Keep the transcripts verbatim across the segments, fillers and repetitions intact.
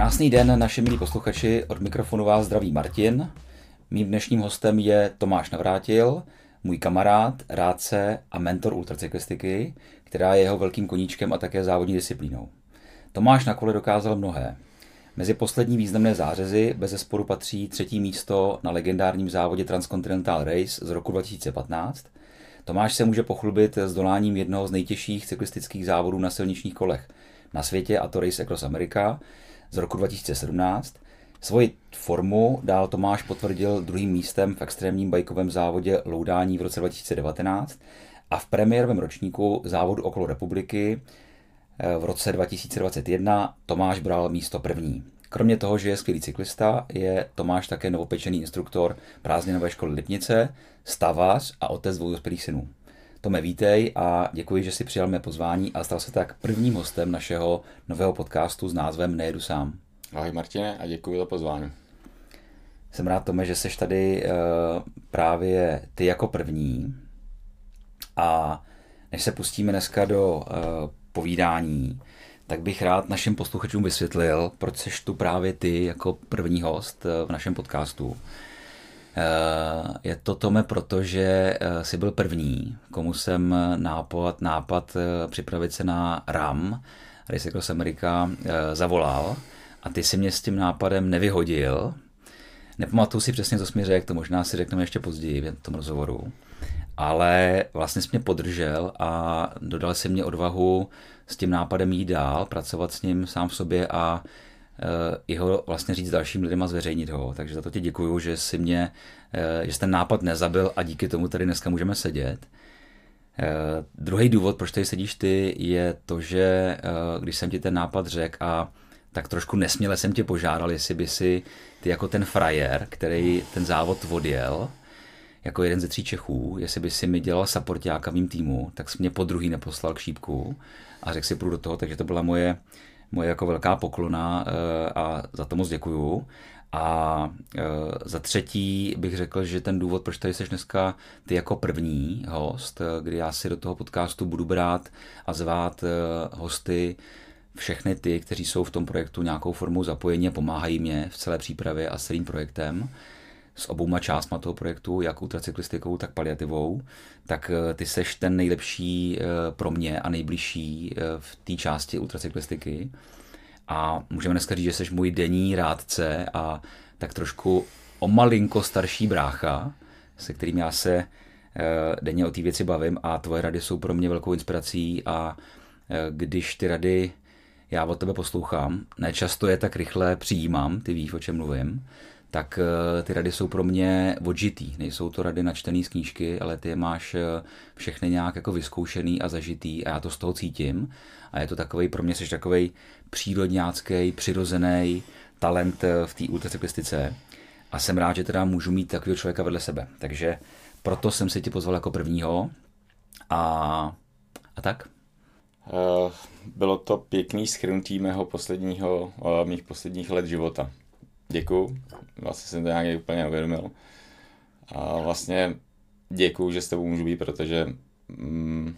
Krásný den, naši milí posluchači, od mikrofonu vás zdraví Martin. Mým dnešním hostem je Tomáš Navrátil, můj kamarád, rádce a mentor ultracyklistiky, která je jeho velkým koníčkem a také závodní disciplínou. Tomáš na kole dokázal mnohé. Mezi poslední významné zářezy bezesporu patří třetí místo na legendárním závodě Transcontinental Race z roku dva tisíce patnáct. Tomáš se může pochlubit s doláním jednoho z nejtěžších cyklistických závodů na silničních kolech na světě, a to Race Across America z roku dva tisíce sedmnáct. Svoji formu dál Tomáš potvrdil druhým místem v extrémním bajkovém závodě Loudání v roce dva tisíce devatenáct a v premiérovém ročníku závodu okolo republiky v roce dva tisíce dvacet jedna Tomáš bral místo první. Kromě toho, že je skvělý cyklista, je Tomáš také novopečený instruktor prázdninové školy Lipnice, stavař a otec dvou dospělých synů. Tome, vítej a děkuji, že jsi přijal mé pozvání a stal se tak prvním hostem našeho nového podcastu s názvem Nejedu sám. Ahoj Martine a děkuji za pozvání. Jsem rád, Tome, že seš tady uh, právě ty jako první. A než se pustíme dneska do uh, povídání, tak bych rád našim posluchačům vysvětlil, proč seš tu právě ty jako první host v našem podcastu. Je to, Tome, protože jsi byl první, komu jsem nápad, nápad připravit se na R A M, Race Across America, zavolal a ty si mě s tím nápadem nevyhodil. Nepamatuju si přesně, co jsi mi řekl, to možná si řekneme ještě později v tom rozhovoru. Ale vlastně jsi mě podržel a dodal si mě odvahu s tím nápadem jít dál, pracovat s ním sám v sobě a uh, jeho vlastně říct dalším lidem a zveřejnit ho. Takže za to ti děkuju, že jsi mě, uh, že jsi ten nápad nezabil a díky tomu tady dneska můžeme sedět. Uh, druhý důvod, proč tady sedíš ty, je to, že uh, když jsem ti ten nápad řekl a tak trošku nesměle jsem tě požádal, jestli by si ty jako ten frajer, který ten závod odjel, jako jeden ze tří Čechů, jestli by si mi dělal supportáka v mým týmu, tak jsi mě po druhý neposlal k šípku a řekl si, půjdu do toho, takže to byla moje, moje jako velká poklona a za to moc děkuju. A za třetí bych řekl, že ten důvod, proč tady jsi dneska ty jako první host, kdy já si do toho podcastu budu brát a zvát hosty, všechny ty, kteří jsou v tom projektu nějakou formou zapojení a pomáhají mě v celé přípravě a s celým projektem, s obouma částma toho projektu, jak ultracyklistikou, tak paliativou, tak ty seš ten nejlepší pro mě a nejbližší v té části ultracyklistiky. A můžeme dneska říct, že seš můj denní rádce a tak trošku o malinko starší brácha, se kterým já se denně o té věci bavím a tvoje rady jsou pro mě velkou inspirací a když ty rady já od tebe poslouchám, nečasto je tak rychle přijímám, ty víš, o čem mluvím, tak ty rady jsou pro mě odžitý. Nejsou to rady načtený z knížky, ale ty je máš všechny nějak jako vyzkoušený a zažitý a já to z toho cítím. A je to takovej, pro mě jsi takovej přírodňácký, přirozený talent v té ultracyklistice. A jsem rád, že teda můžu mít takového člověka vedle sebe. Takže proto jsem si tě pozval jako prvního. A, a tak? Uh, bylo to pěkný shrnutí mého posledního, uh, mých posledních let života. Děkuju, vlastně jsem to nějak úplně neuvědomil. A vlastně děkuju, že s tebou můžu být, protože mm,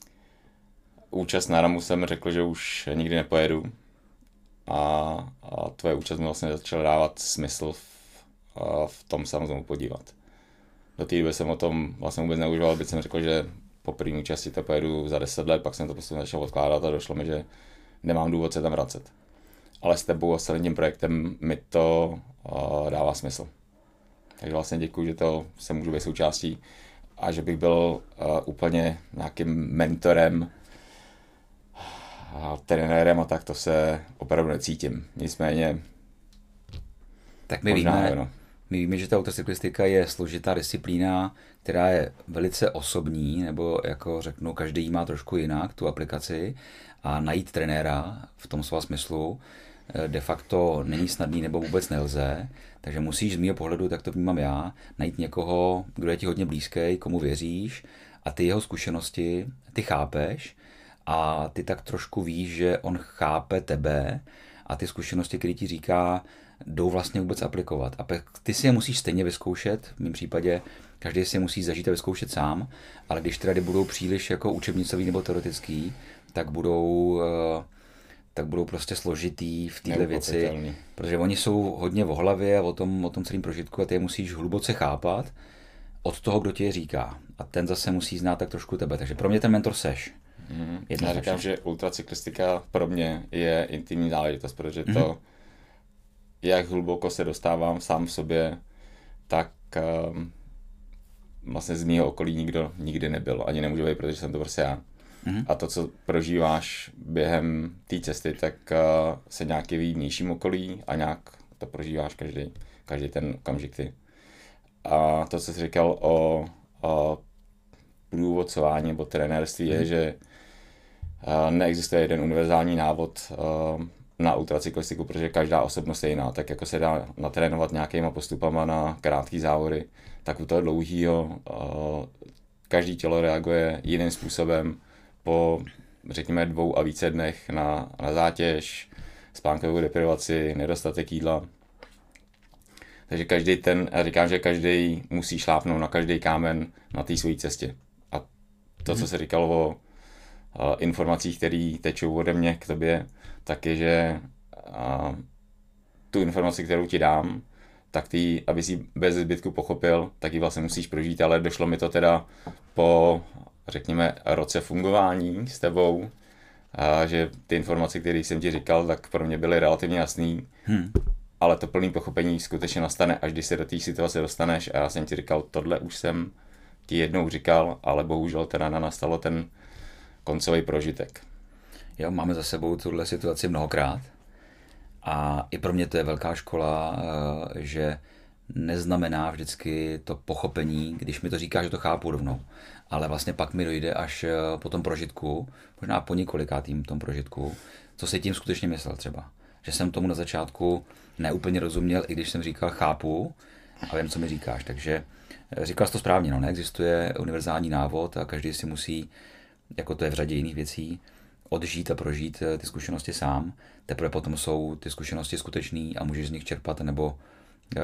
účast na ramu jsem řekl, že už nikdy nepojedu. A, a tvoje účast mi vlastně začala dávat smysl v, v tom se znovu podívat. Do té doby jsem o tom vlastně vůbec neuvažoval, byť jsem řekl, že po první účasti to pojedu za deset let, pak jsem to prostě začal odkládat a došlo mi, že nemám důvod se tam vracet. Ale s tebou a s celým tím projektem mi to uh, dává smysl. Takže vlastně děkuji, že to se můžu být součástí a že bych byl uh, úplně nějakým mentorem a trenérem a tak to se opravdu necítím. Nicméně tak my možná, víme, no. my víme, že ta autocyklistika je složitá disciplína, která je velice osobní, nebo jako řeknu, každý má trošku jinak tu aplikaci a najít trenéra v tom slova smyslu de facto není snadný nebo vůbec nelze, takže musíš z mého pohledu, tak to vnímám já, najít někoho, kdo je ti hodně blízký, komu věříš a ty jeho zkušenosti, ty chápeš a ty tak trošku víš, že on chápe tebe a ty zkušenosti, které ti říká, jdou vlastně vůbec aplikovat. A ty si je musíš stejně vyzkoušet, v mém případě každý si je musí zažít a vyzkoušet sám, ale když ty rady budou příliš jako učebnicový nebo teoretický, tak budou tak budou prostě složitý v této věci, protože oni jsou hodně o hlavě a o tom, o tom celém prožitku a ty je musíš hluboce chápat od toho, kdo ti je říká. A ten zase musí znát tak trošku tebe. Takže pro mě ten mentor seš. Mm. Já říkám, že ultracyklistika pro mě je intimní záležitost, protože to, mm. jak hluboko se dostávám sám v sobě, tak um, vlastně z mého okolí nikdo nikdy nebyl. Ani nemůže být, protože jsem to prostě já. Mm. A to, co prožíváš během té cesty, tak uh, se nějaký ví vnějším okolí a nějak to prožíváš každý, každý ten okamžik ty. A to, co jsi říkal o, o průvodcování nebo trenérství, mm. je, že uh, neexistuje jeden univerzální návod uh, na ultracyklistiku, protože každá osobnost je jiná. Tak jako se dá natrénovat nějakýma postupama na krátký závody, tak u toho dlouhýho uh, každý tělo reaguje jiným způsobem po, řekněme, dvou a více dnech na, na zátěž, spánkovou deprivaci, nedostatek jídla. Takže každý ten, já říkám, že každý musí šlápnout na každý kámen na té své cestě. A to, co se říkalo o uh, informacích, které tečou ode mě k tobě, tak je, že uh, tu informaci, kterou ti dám, tak ty, aby si bez zbytku pochopil, tak ji vlastně musíš prožít, ale došlo mi to teda po, řekněme, roce fungování s tebou, a že ty informace, které jsem ti říkal, tak pro mě byly relativně jasný, hmm. ale to plné pochopení skutečně nastane, až když se do té situace dostaneš a já jsem ti říkal, tohle už jsem ti jednou říkal, ale bohužel teda nastalo ten koncový prožitek. Jo, máme za sebou tuhle situaci mnohokrát. A i pro mě to je velká škola, že neznamená vždycky to pochopení, když mi to říká, že to chápu rovnou. Ale vlastně pak mi dojde až po tom prožitku, možná po několikátým tom prožitku, co si tím skutečně myslel třeba. Že jsem tomu na začátku neúplně rozuměl, i když jsem říkal chápu a vím, co mi říkáš. Takže říkal jsi to správně, no, neexistuje univerzální návod a každý si musí, jako to je v řadě jiných věcí, odžít a prožít ty zkušenosti sám. Teprve potom jsou ty zkušenosti skutečný a můžeš z nich čerpat nebo uh,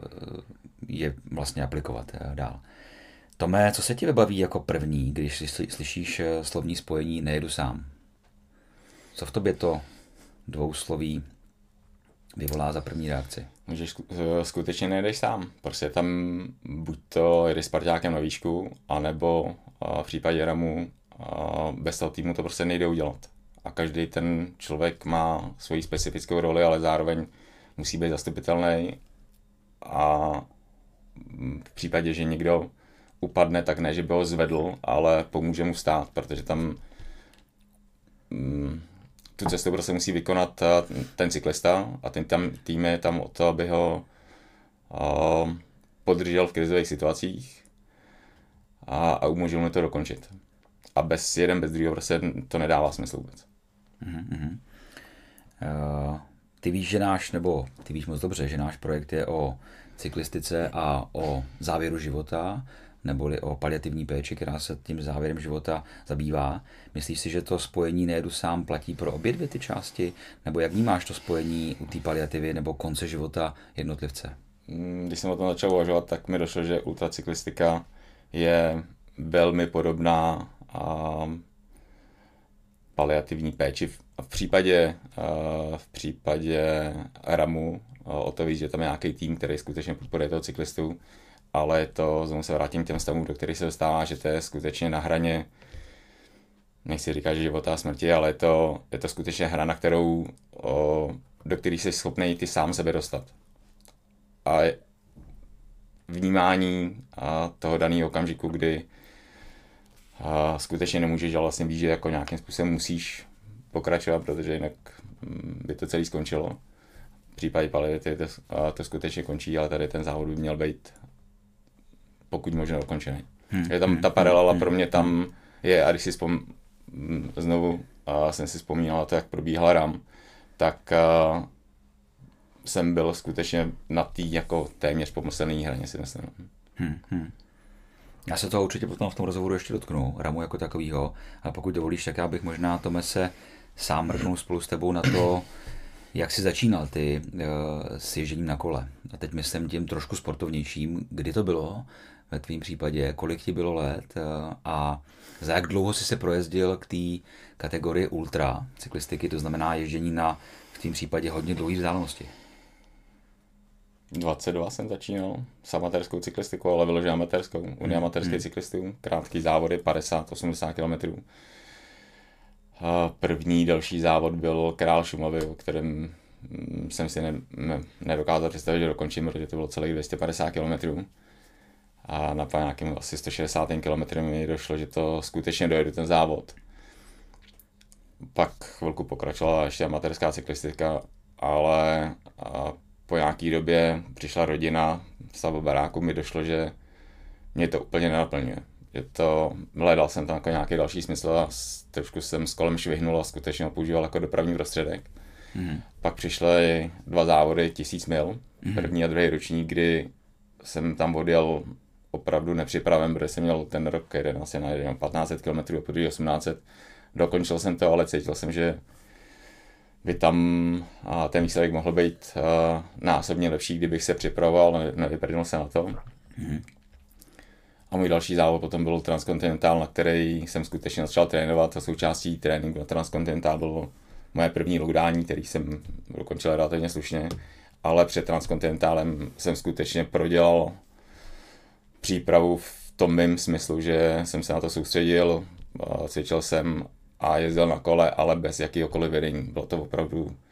je vlastně aplikovat uh, dál. Tome, co se ti vybaví jako první, když slyšíš slovní spojení nejedu sám? Co v tobě to dvousloví vyvolá za první reakci? Že skutečně nejdeš sám. Prostě tam buď to jde s parťákem na výšku, anebo v případě Ramu bez toho týmu to prostě nejde udělat. A každý ten člověk má svoji specifickou roli, ale zároveň musí být zastupitelný. A v případě, že někdo upadne, tak ne, že by ho zvedl, ale pomůže mu stát, protože tam mm, tu cestu prostě musí vykonat ten cyklista a ten tam, tým je tam o to, aby ho uh, podržel v krizových situacích a, a umožnil mu to dokončit. A bez jeden, bez druhého prostě to nedává smysl vůbec. Mm-hmm. Uh, ty víš, že náš, nebo ty víš moc dobře, že náš projekt je o cyklistice a o závěru života, neboli o paliativní péči, která se tím závěrem života zabývá. Myslíš si, že to spojení nejedu sám platí pro obě dvě ty části? Nebo jak vnímáš to spojení u té paliativy nebo konce života jednotlivce? Když jsem o tom začal uvažovat, tak mi došlo, že ultracyklistika je velmi podobná a paliativní péči. V případě, v případě Ramu o to víc, že tam je nějaký tým, který skutečně podporuje toho cyklistu, ale to, znovu se vrátím k těm stavům, do kterých se dostává, že to je skutečně na hraně, nechci říkat, že života a smrti, ale je to, je to skutečně hra, na kterou, o, do které jsi schopný ty sám sebe dostat. A vnímání a toho daného okamžiku, kdy a skutečně nemůžeš, ale vlastně víš, že jako nějakým způsobem musíš pokračovat, protože jinak by to celé skončilo. V případě paliativy to, to skutečně končí, ale tady ten závod by měl být pokud možno dokončený. Hmm. Je tam ta paralela pro mě tam je, a když si vzpom... znovu a jsem si vzpomínal na to, jak probíhal Ram, tak a, jsem byl skutečně na té jako téměř pomyslné hraně, si myslím. Hmm, hmm. Já se toho určitě potom v tom rozhovoru ještě dotknu, Ramu jako takovýho, a pokud dovolíš, tak já bych možná, Tome, se sám mrknul spolu s tebou na to, jak jsi začínal ty uh, s ježením na kole. A teď myslím tím trošku sportovnějším, kdy to bylo, ve tvém případě, kolik ti bylo let a za jak dlouho jsi se projezdil k té kategorii ultra cyklistiky, to znamená ježdění na v tvém případě hodně dlouhé vzdálenosti? dvacet dva jsem začínal s amatérskou cyklistikou, ale vyloženě amatérskou. Unie amatérských hmm. cyklistů, krátký závody, padesát osmdesát kilometrů. První další závod byl Král Šumavy, o kterém jsem si ne, ne, nedokázal představit, že dokončím, protože to bylo celých dvě stě padesát kilometrů. A na nějakým asi sto šedesát kilometrů mi došlo, že to skutečně dojedu ten závod. Pak chvilku pokračovala ještě amatérská cyklistika, ale po nějaký době přišla rodina, stavba baráku, mi došlo, že mě to úplně nenaplňuje. Že to, hledal jsem tam jako nějaký další smysl a trošku jsem s kolem švihnul a skutečně ho používal jako dopravní prostředek. Mm. Pak přišly dva závody, tisíc mil, mm. první a druhý ročník, kdy jsem tam odjel opravdu nepřipraven, protože jsem měl ten rok jeden asi na patnáct set kilometrů a po osmnáct set. Dokončil jsem to, ale cítil jsem, že by tam a ten výsledek mohl být uh, násobně lepší, kdybych se připravoval, ne, nevyprdnul se na to. Mm. A můj další závod potom byl Transcontinental, na který jsem skutečně začal trénovat a součástí tréninku na Transcontinental bylo moje první lockdání, který jsem dokončil relativně slušně, ale před Transcontinentalem jsem skutečně prodělal přípravu v tom mým smyslu, že jsem se na to soustředil, cvičil jsem a jezdil na kole, ale bez jakýhokoliv vedení. Bylo to opravdu uh,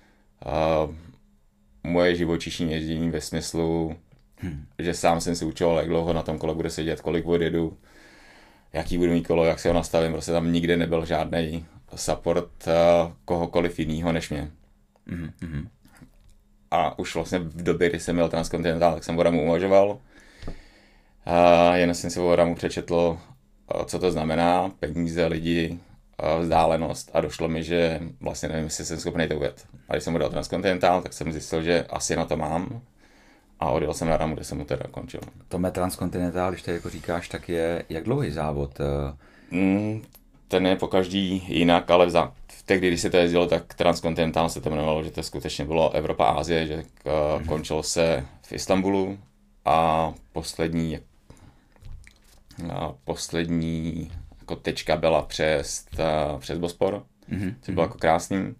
moje živočišní jezdění ve smyslu, hmm. že sám jsem si učil, jak dlouho na tom kole bude sedět, kolik odjedu, jaký budu mít kolo, jak se ho nastavím. Prostě tam nikdy nebyl žádný support uh, kohokoliv jiného než mě. Hmm. A už vlastně v době, kdy jsem měl Transcontinental, tak jsem o ramu uvažoval. Uh, jen jsem si o ramu přečetl, uh, co to znamená, peníze, lidi, vzdálenost a došlo mi, že vlastně nevím, jestli jsem schopný to ujet. A když jsem odjel Transcontinental, tak jsem zjistil, že asi na to mám a odjel jsem na ramu, kde jsem mu teda končil. Tome Transcontinental, když to jako říkáš, tak je jak dlouhý závod? Mm, ten je po každý jinak, ale v, zá... v té, kdy se to jezdilo, tak Transcontinental se to jmenovalo, že to skutečně bylo Evropa a Asie, že uh, končilo se v Istanbulu a poslední a poslední jako tečka byla přes, ta, přes Bospor, mm-hmm. což bylo jako krásný.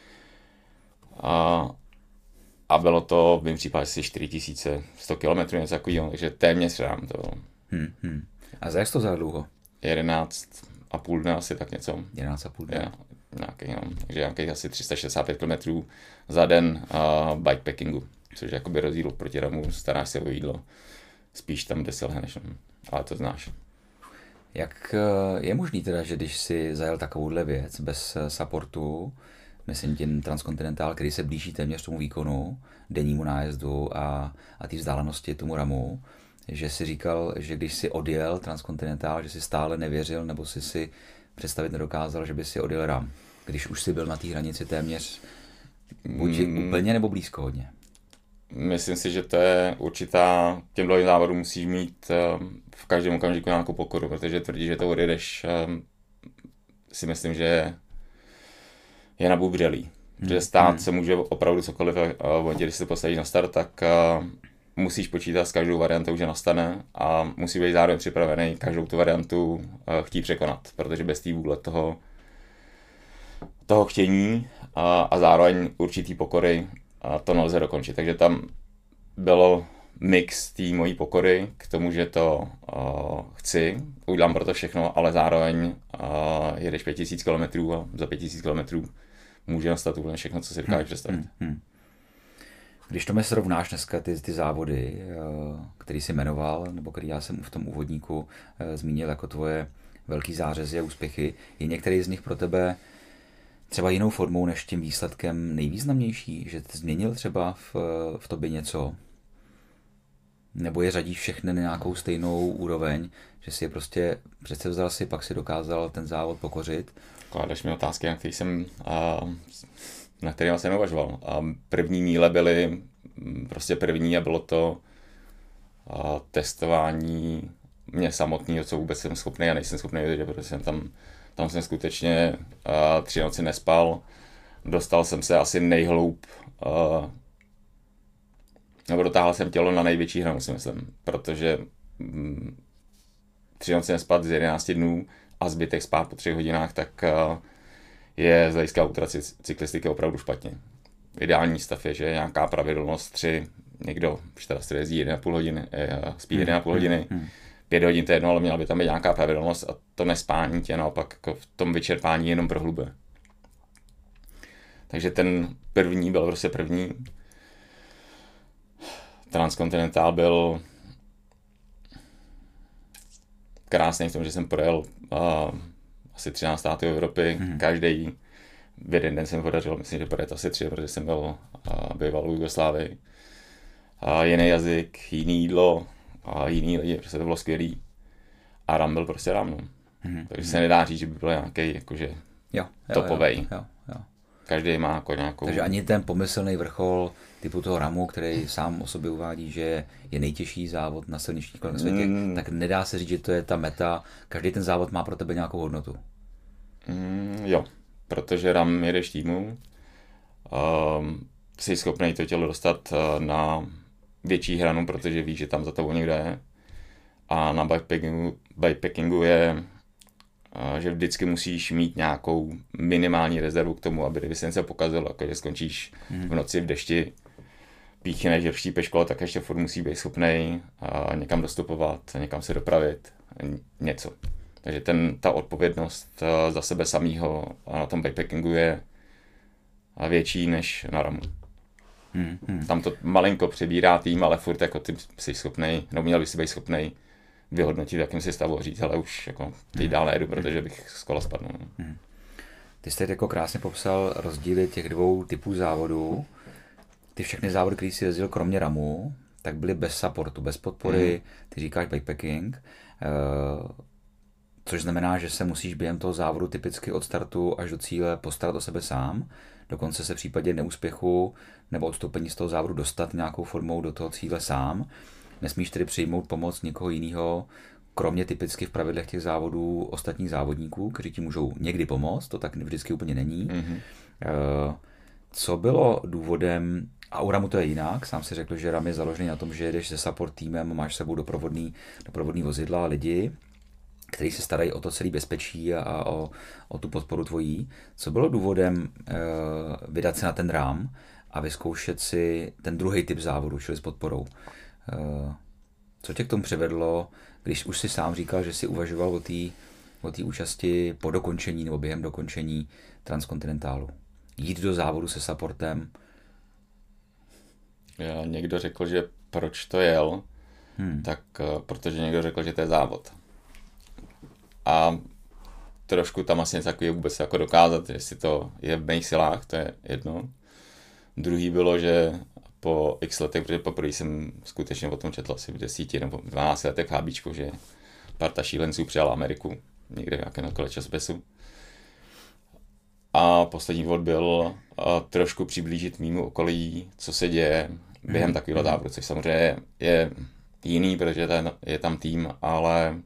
A, a bylo to v mém případě asi čtyři tisíce sto kilometrů, něco takového, takže téměř rám to bylo. Mm-hmm. A za jak to za dlouho? jedenáct a půl dne asi tak něco. jedenáct a půl dne. Nějaký, no. Takže nějakých asi tři sta šedesát pět kilometrů za den uh, bikepackingu, což je jakoby rozdíl proti ramu, staráš se o jídlo, spíš tam, kde si lehneš, ale to znáš. Jak je možný teda, že když si zajel takovouhle věc bez supportu, myslím tím Transcontinental, který se blíží téměř tomu výkonu, dennímu nájezdu a, a té vzdálenosti tomu ramu, že si říkal, že když si odjel Transcontinental, že si stále nevěřil nebo si si představit nedokázal, že by si odjel ram, když už si byl na té hranici téměř buď mm. úplně nebo blízko hodně. Myslím si, že to je určitá, těm dlouhým závodům musíš mít v každém okamžiku nějakou pokoru, protože tvrdí, že to odjedeš, si myslím, že je nabubřelý. Hmm. Protože stát hmm. se může opravdu cokoliv, a když se postavíš na start, tak musíš počítat s každou variantou, že nastane a musí být zároveň připravený každou tu variantu chtít překonat, protože bez té vůle toho, toho chtění a, a zároveň určitý pokory a to nelze dokončit. Takže tam bylo mix té mojí pokory k tomu, že to uh, chci, udělám pro to všechno, ale zároveň uh, jedeš pět tisíc kilometrů a za pět tisíc kilometrů může nastat úplně všechno, co si dokážeš hmm, představit. Hmm, hmm. Když to mi srovnáš dneska ty, ty závody, který jsi jmenoval, nebo který já jsem v tom úvodníku zmínil jako tvoje velký zářezy a úspěchy, je některý z nich pro tebe třeba jinou formou než tím výsledkem nejvýznamnější, že jsi změnil třeba v, v tobě něco? Nebo je řadíš všechny na nějakou stejnou úroveň, že si je prostě předsevzal si, pak si dokázal ten závod pokořit? Kládeš mi otázky, na který jsem, na který jsem neuvažoval. První míle byly prostě první a bylo to testování mě samotného, co vůbec jsem schopný a nejsem schopný vědět, protože jsem tam Tam jsem skutečně uh, tři noci nespal. Dostal jsem se asi nejhloub, uh, nebo dotáhl jsem tělo na největší hranu, si myslím, protože mm, tři noci nespat z jedenácti dnů a zbytek spát po třech hodinách, tak uh, je z hlediska ultracyklistiky opravdu špatně. Ideální stav je, že nějaká pravidelnost tři, někdo čtyři jezdí jedna a půl hodiny, spí jedna a půl hodiny, hmm. pět hodin to je jedno, ale měla by tam být nějaká pravidelnost a to nespání tě naopak jako v tom vyčerpání jenom prohlubuje. Takže ten první byl prostě první. Transkontinentál byl krásný v tom, že jsem projel uh, asi třináct států Evropy, hmm. každý v jeden den se mi podařilo, myslím, že projet asi tři, protože jsem byl uh, býval v Jugoslávii. Uh, jiný jazyk, jiný jídlo, uh, jiný lidi, prostě to bylo skvělý. A Ram byl prostě Ram, no. Hmm. Takže se nedá říct, že by byl nějaký jakože jo, jo, topovej. Jo, jo, jo. Každý má jako nějakou... Takže ani ten pomyslný vrchol typu toho Ramu, který sám o sobě uvádí, že je nejtěžší závod na silničních kolech na světě, mm. tak nedá se říct, že to je ta meta. Každý ten závod má pro tebe nějakou hodnotu. Mm, jo, protože Ram jedeš týmu, um, jsi schopný to tělo dostat uh, na větší hranu, protože víš, že tam za tebou někde je. A na bikepackingu, bikepackingu je, uh, že vždycky musíš mít nějakou minimální rezervu k tomu, aby kdyby se něco pokazilo, jako že skončíš mm. v noci v dešti, píchneš, že vštípeš kolo, tak ještě furt musí být schopnej uh, někam dostupovat, někam se dopravit, něco. Takže ten, ta odpovědnost uh, za sebe samýho na tom bikepackingu je větší než na Ramu. Hmm, hmm. Tam to malinko přebírá tým, ale furt jako ty jsi schopnej, no měl by si být schopnej vyhodnotit, jakým si stavu a říct, ale už jako teď dál nejedu, protože bych z kola spadl. Hmm. Ty jste jako krásně popsal rozdíly těch dvou typů závodů. Ty všechny závody, které jsi jezdil kromě Ramu, tak byly bez supportu, bez podpory, hmm. ty říkáš bikepacking, uh, což znamená, že se musíš během toho závodu typicky od startu až do cíle postarat o sebe sám, dokonce se v případě neúspěchu nebo odstoupení z toho závodu dostat nějakou formou do toho cíle sám. Nesmíš tedy přijmout pomoc někoho jiného, kromě typicky v pravidlech těch závodů ostatních závodníků, kteří ti můžou někdy pomoct, to tak vždycky úplně není. Mm-hmm. Co bylo důvodem, a u Ramu to je jinak, sám si řekl, že Ram je založený na tom, že jedeš se support týmem, máš s sebou doprovodný, doprovodný vozidla a lidi, kteří se starají o to celé bezpečí a o, o tu podporu tvojí. Co bylo důvodem e, vydat se na ten Ram a vyzkoušet si ten druhý typ závodu, čili s podporou? E, co tě k tomu přivedlo, když už si sám říkal, že si uvažoval o té o té účasti po dokončení nebo během dokončení transkontinentálu? Jít do závodu se supportem? Já, někdo řekl, že proč to jel, hmm. tak protože někdo řekl, že to je závod. A trošku tam asi něco takového vůbec jako dokázat, jestli to je v mých silách, to je jedno. Druhý bylo, že po x letech, protože poprvé jsem skutečně o tom četl asi v desíti nebo dvanácti letech hábíčku, že parta šílenců přijala Ameriku, někde v nějakém okolo časopisu. A poslední vod byl a, trošku přiblížit mýmu okolí, co se děje během takového závodu, což samozřejmě je jiný, protože ten, je tam tým, ale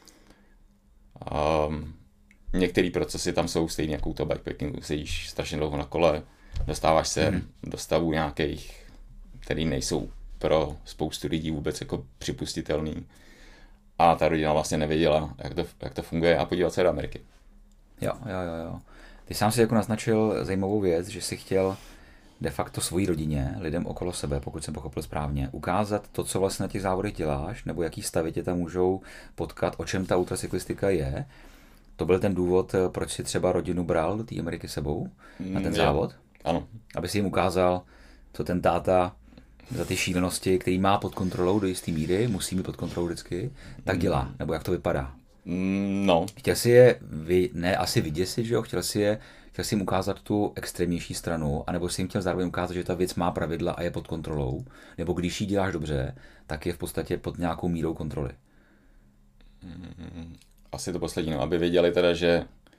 um, některé procesy tam jsou stejné jako u toho bikepackingu. Sedíš strašně dlouho na kole, dostáváš se mm. do stavů nějakých, který nejsou pro spoustu lidí vůbec jako připustitelný. A ta rodina vlastně nevěděla, jak to, jak to funguje a podívat se do Ameriky. Jo, jo, jo, jo. Ty sám si jako naznačil zajímavou věc, že si chtěl de facto svojí rodině, lidem okolo sebe, pokud jsem pochopil správně, ukázat to, co vlastně na těch závodech děláš, nebo jaký stavy tě tam můžou potkat, o čem ta ultracyklistika je. To byl ten důvod, proč si třeba rodinu bral do té Ameriky sebou na ten mm, závod? Ano. Aby si jim ukázal, co ten táta za ty šílenosti, který má pod kontrolou do jisté míry, musí mít pod kontrolou vždycky, tak dělá, nebo jak to vypadá. No. Chtěl si je, vy, ne asi vyděsit, že jo? Chtěl si, je, chtěl si jim ukázat tu extrémnější stranu, anebo si jim chtěl zároveň ukázat, že ta věc má pravidla a je pod kontrolou, nebo když ji děláš dobře, tak je v podstatě pod nějakou mírou kontroly. Asi to poslední, no, aby věděli teda, že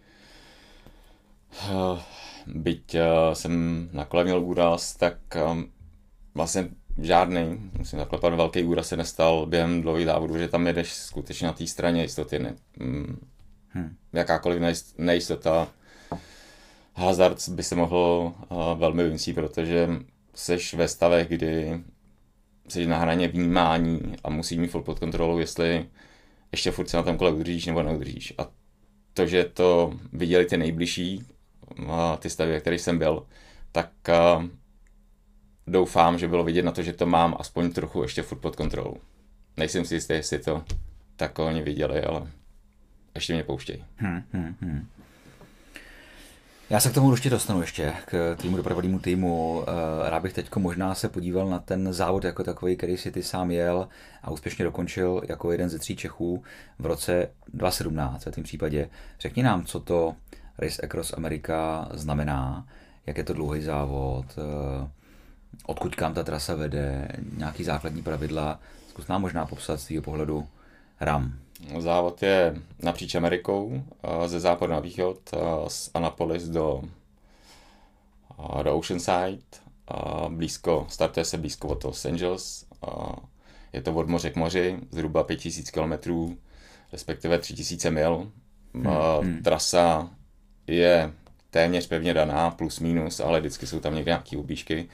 uh, byť uh, jsem na kole měl úraz, tak um, vlastně žádný, musím zaklepat, velký úraz se nestal během dlouhých závodů, že tam jedeš skutečně na té straně jistoty. Ne, mm, hmm. Jakákoliv nejistota, hazard by se mohl uh, velmi vymstít, protože seš ve stavech, kdy jsi na hraně vnímání a musí mít furt pod kontrolou, jestli ještě furt se na tom kole udržíš nebo neudržíš. A to, že to viděli ty nejbližší, ty stavy, ve kterých jsem byl, tak uh, doufám, že bylo vidět na to, že to mám aspoň trochu ještě furt pod kontrolou. Nejsem si jistý, jestli to tak oni viděli, ale ještě mě pouštějí. Hmm, hmm, hmm. Já se k tomu určitě dostanu ještě, k týmu doprovodnímu týmu. Rád bych teď možná se podíval na ten závod jako takový, který si ty sám jel a úspěšně dokončil jako jeden ze tří Čechů v roce dva tisíce sedmnáct v tom případě. Řekni nám, co to Race Across America znamená, jak je to dlouhý závod, odkud kam ta trasa vede, nějaký základní pravidla. Zkus nám možná popsat z tvýho pohledu RAM. Závod je napříč Amerikou, ze západu na východ, z Annapolis do, do Oceanside, blízko, startuje se blízko od Los Angeles, je to od moře k moři, zhruba pět tisíc kilometrů, respektive tři tisíce mil. Hmm, hmm. Trasa je téměř pevně daná, plus minus, ale vždycky jsou tam někde nějaké ubížky.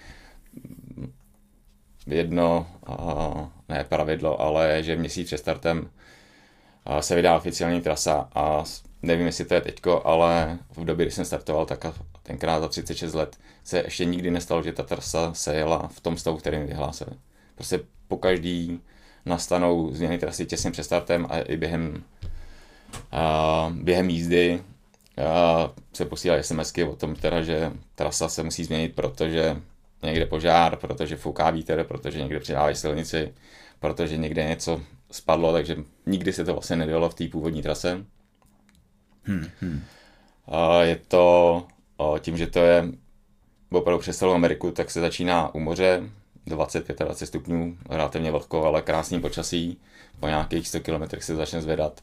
Jedno, ne pravidlo, ale že měsíc před startem se vydá oficiální trasa a nevím, jestli to je teďko, ale v době, kdy jsem startoval, tak tenkrát za třicet šest let se ještě nikdy nestalo, že ta trasa se jela v tom stavu, který mi vyhlásili. Prostě pokaždý nastanou změny trasy těsně před startem a i během, a během jízdy a se posílají SMSky o tom, teda, že trasa se musí změnit, protože někde požár, protože fouká vítr, protože někde přidávají silnici, protože někde něco spadlo, takže nikdy se to vlastně nedělo v té původní trase. Hmm, hmm. A je to tím, že to je opravdu přes celou Ameriku, tak se začíná u moře, dvacet pět dvacet stupňů, relativně vlhko, ale krásný počasí, po nějakých sto kilometrech se začne zvedat.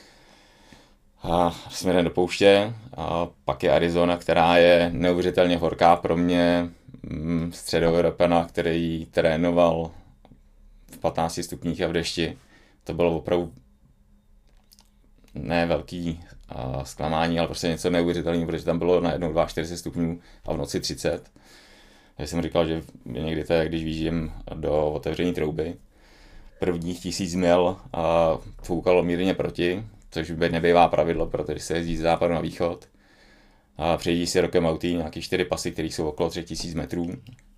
A směrem do pouště, a pak je Arizona, která je neuvěřitelně horká pro mě, středoevropana, který trénoval v patnácti stupních a v dešti. To bylo opravdu ne velký a, zklamání, ale prostě něco neuvěřitelného, protože tam bylo najednou dvacet čtyři stupňů a v noci třicet. Já jsem říkal, že někdy to je, když výjíždím do otevření trouby. Prvních tisíc mil a foukalo mírně proti, což by nebývá pravidlo, protože se jezdí z západu na východ. A přejíždí si rokem autí nějaký čtyři pasy, které jsou okolo tři tisíce metrů.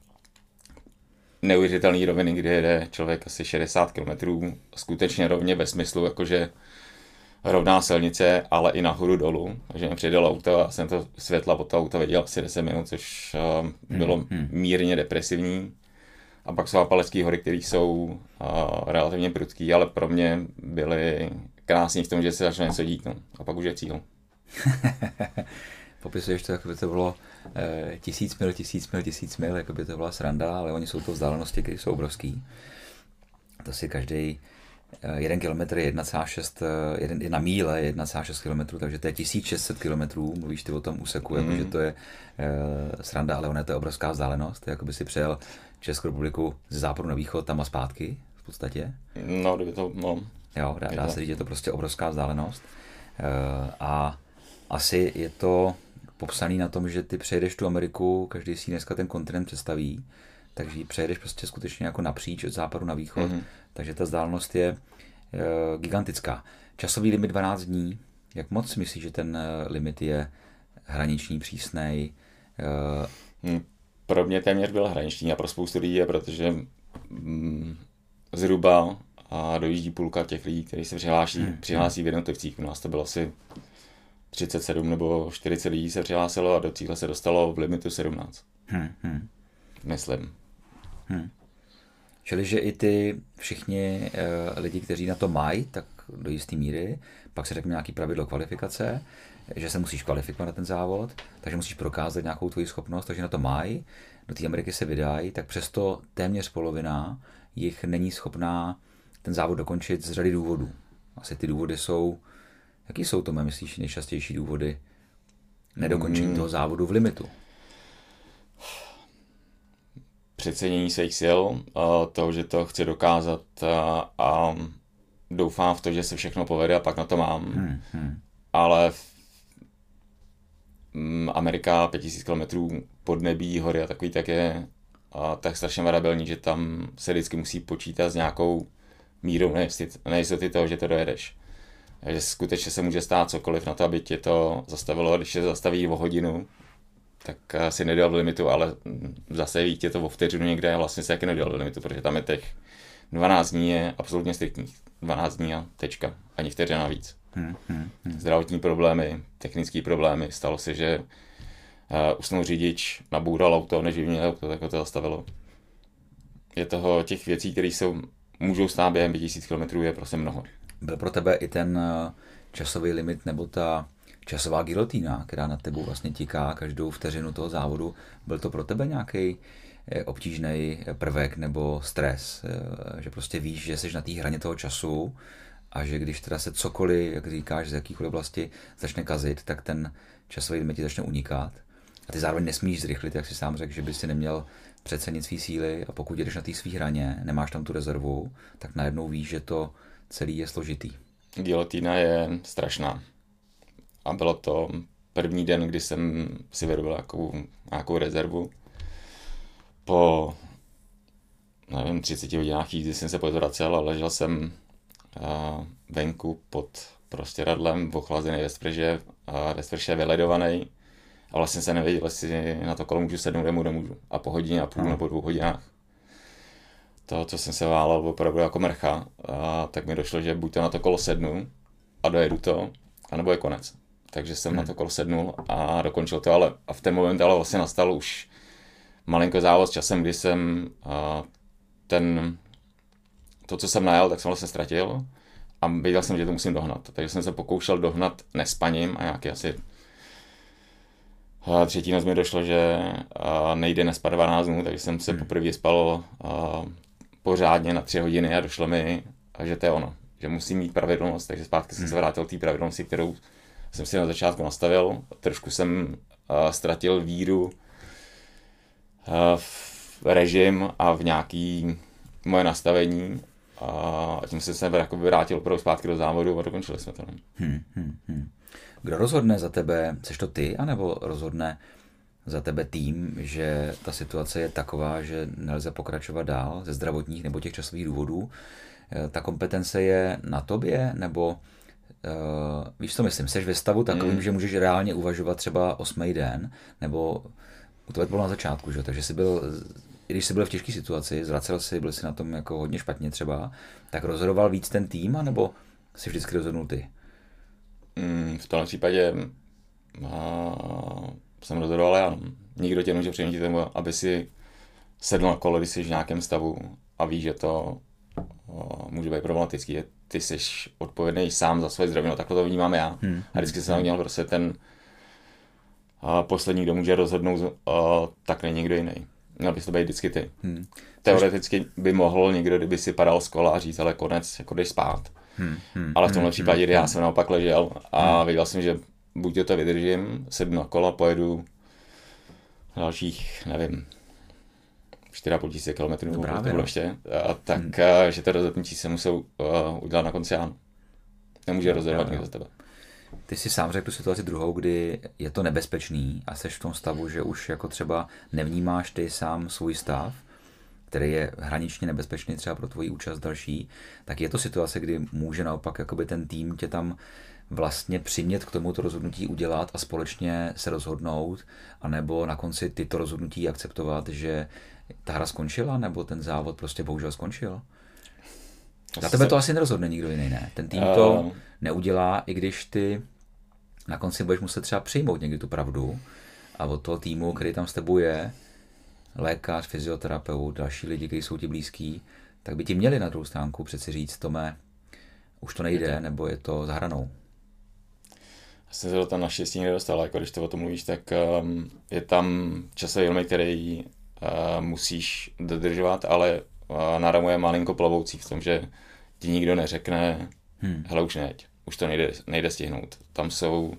Neuvěřitelný roviny, kde jede člověk asi šedesát kilometrů, skutečně rovně ve smyslu, jakože rovná silnice, ale i nahoru dolů. Takže mě přijelo auto a jsem to světla od toho auta viděl asi deset minut, což uh, bylo hmm. mírně depresivní. A pak jsou Apalecké hory, které jsou uh, relativně prudký, ale pro mě byly krásný v tom, že se začne něco dít. No. A pak už je cíl. Popisuješ to, jako by to bylo eh, tisíc mil, tisíc mil, tisíc mil, jako by to byla sranda, ale oni jsou to vzdálenosti, které jsou obrovský. To si každý eh, jeden kilometr je jedna celá šest, eh, jedna míle je jedna celá šest kilometrů, takže to je tisíc šest set kilometrů, mluvíš ty o tom úseku, mm. jako, že to je eh, sranda, ale ona je to obrovská vzdálenost, jako by si přejel Českou republiku ze západu na východ, tam a zpátky v podstatě. No, kdyby to, no. Jo, dá, dá se říct, že je to prostě obrovská vzdálenost. Eh, a asi je to popsaný na tom, že ty přejedeš tu Ameriku, každý si dneska ten kontinent představí, takže ji přejedeš prostě skutečně jako napříč od západu na východ, mm-hmm. takže ta vzdálenost je e, gigantická. Časový limit dvanáct dní, jak moc myslíš, že ten limit je hraniční, přísnej? E... Hmm, pro mě téměř byl hraniční a pro spoustu lidí je, protože mm, zhruba a dojíždí půlka těch lidí, kteří se přihlásí, hmm. přihlásí v jednotlivcích. U nás to bylo asi třicet sedm nebo čtyřicet lidí se přihlásilo a do cíle se dostalo v limitu sedmnáct. Hmm, hmm. Myslím. Hmm. Čili, že i ty všichni uh, lidi, kteří na to mají, tak do jisté míry, pak se řekne nějaký pravidlo kvalifikace, že se musíš kvalifikovat na ten závod, takže musíš prokázat nějakou tvoji schopnost, takže na to mají, do té Ameriky se vydají, tak přesto téměř polovina jich není schopná ten závod dokončit z řady důvodů. Asi ty důvody jsou, jaký jsou to, myslíš, nejčastější důvody nedokončení hmm. toho závodu v limitu? Přecenění svých sil, toho, že to chci dokázat a, a doufám v to, že se všechno povede a pak na to mám. Hmm, hmm. Ale Amerika pět tisíc kilometrů pod nebí, hory a takový, tak je a tak strašně variabilní, že tam se vždycky musí počítat s nějakou mírou nejistoty toho, že to dojedeš. Takže skutečně se může stát cokoliv na to, aby tě to zastavilo, když se zastaví o hodinu, tak si nedal limitu, ale zase ví tě to o vteřinu někde a vlastně se taky nedal limitu, protože tam je těch dvanáct dní je absolutně striktních. dvanáct dní a tečka, ani vteřina navíc. Hmm, hmm, hmm. Zdravotní problémy, technické problémy, stalo se, že uh, usnul řidič, naboural auto, než vyměnil auto, tak ho to zastavilo. Je toho těch věcí, které jsou, můžou stát během pět tisíc kilometrů, je prostě mnoho. Byl pro tebe i ten časový limit nebo ta časová gilotína, která nad tebou vlastně tiká každou vteřinu toho závodu, byl to pro tebe nějaký obtížný prvek nebo stres, že prostě víš, že jsi na té hraně toho času a že když teda se cokoliv, jak říkáš, z jakýchkoliv oblasti začne kazit, tak ten časový limit ti začne unikat. A ty zároveň nesmíš zrychlit, jak jsi sám řekl, že bys si neměl přecenit svý síly a pokud jdeš na té svý hraně, nemáš tam tu rezervu, tak najednou víš, že to celý je složitý. Gilotína je strašná. A bylo to první den, kdy jsem si vyrobil nějakou, nějakou rezervu. Po, nevím, třiceti hodinách jízdy jsem se podvracel a ležel jsem uh, venku pod prostěradlem, ochlazený ve sprše, uh, ve sprše vyledovaný. A vlastně jsem nevěděl, jestli na to kolo můžu sednout nebo nemůžu. A po hodině a půl no. nebo dvou hodinách to, co jsem se válel opravdu jako mrcha, a tak mi došlo, že buď to na to kolo sednu a dojedu to, anebo je konec. Takže jsem hmm. na to kolo sednul a dokončil to, ale a v ten moment ale vlastně nastal už malinko závod s časem, kdy jsem a, ten, to, co jsem najel, tak jsem vlastně ztratil a věděl jsem, že to musím dohnat. Takže jsem se pokoušel dohnat nespaním a nějaký asi a třetí noc mi došlo, že a, nejde nespat dvanáct dnů, takže jsem se hmm. poprvé spal a, pořádně na tři hodiny a došlo mi, že to je ono, že musím mít pravidelnost, takže zpátky jsem hmm. se vrátil k té pravidelnosti, kterou jsem si na začátku nastavil. Trošku jsem uh, ztratil víru uh, v režim a v nějaký moje nastavení a tím jsem se jako vrátil opravdu zpátky do závodu a dokončili jsme to. Hmm, hmm, hmm. Kdo rozhodne za tebe, seš to ty, anebo rozhodne za tebe tým, že ta situace je taková, že nelze pokračovat dál ze zdravotních nebo těch časových důvodů? Ta kompetence je na tobě, nebo uh, víš co myslím, seš ve stavu takovým, hmm. že můžeš reálně uvažovat třeba osmý den, nebo u tebe to bylo na začátku, že? Takže jsi byl, i když jsi byl v těžké situaci, zvracel si, byl jsi na tom jako hodně špatně třeba, tak rozhodoval víc ten tým, anebo jsi vždycky rozhodnul ty? Hmm, v tomhle případě a, jsem rozhodoval já. Nikdo tě nemůže přinutit tomu, aby si sedl na kolo, když jsi v nějakém stavu a víš, že to o, může být problematický. Ty jsi odpovědný sám za svoje zdraví, no takhle to vnímám já. Hmm. A vždycky jsem měl prostě ten a poslední, kdo může rozhodnout, a, tak není nikdo jiný. Měl bys to být vždycky ty. Hmm. Teoreticky by mohl někdo, kdyby si padal z kola a říct, ale konec, jako jdeš spát. Hmm. Hmm. Ale v tomhle hmm. případě, kdy já jsem naopak ležel a hmm. věděl jsem, že buď to vydržím, sednu na kola, pojedu dalších, nevím, čtyři a půl tisíce kilometrů, to bylo ještě, a tak, hmm. a, že to rozhodnutí se musel uh, udělat na konci ráno. Nemůže rozhodovat někdo za tebe. Ty jsi sám řekl tu situaci druhou, kdy je to nebezpečný a jsi v tom stavu, že už jako třeba nevnímáš ty sám svůj stav, který je hraničně nebezpečný třeba pro tvoji účast další, tak je to situace, kdy může naopak jakoby ten tým tě tam vlastně přimět k tomu to rozhodnutí udělat a společně se rozhodnout, anebo na konci tyto rozhodnutí akceptovat, že ta hra skončila, nebo ten závod prostě bohužel skončil. Na tebe to asi nerozhodne nikdo jiný, ne? Ten tým to neudělá, i když ty na konci budeš muset třeba přijmout někdy tu pravdu a od toho týmu, který tam s tebou je, lékař, fyzioterapeut, další lidi, kteří jsou ti blízký, tak by ti měli na druhou stránku přeci říct, Tome, už to nejde, je to... nebo je to za hranou. Já jsem se to tam naštěstí nedostal, jako když to o tom mluvíš, tak um, je tam časový limit, který uh, musíš dodržovat, ale uh, náramuje malinko plovoucí v tom, že ti nikdo neřekne, hmm. hele, už neď, už to nejde, nejde stihnout. Tam jsou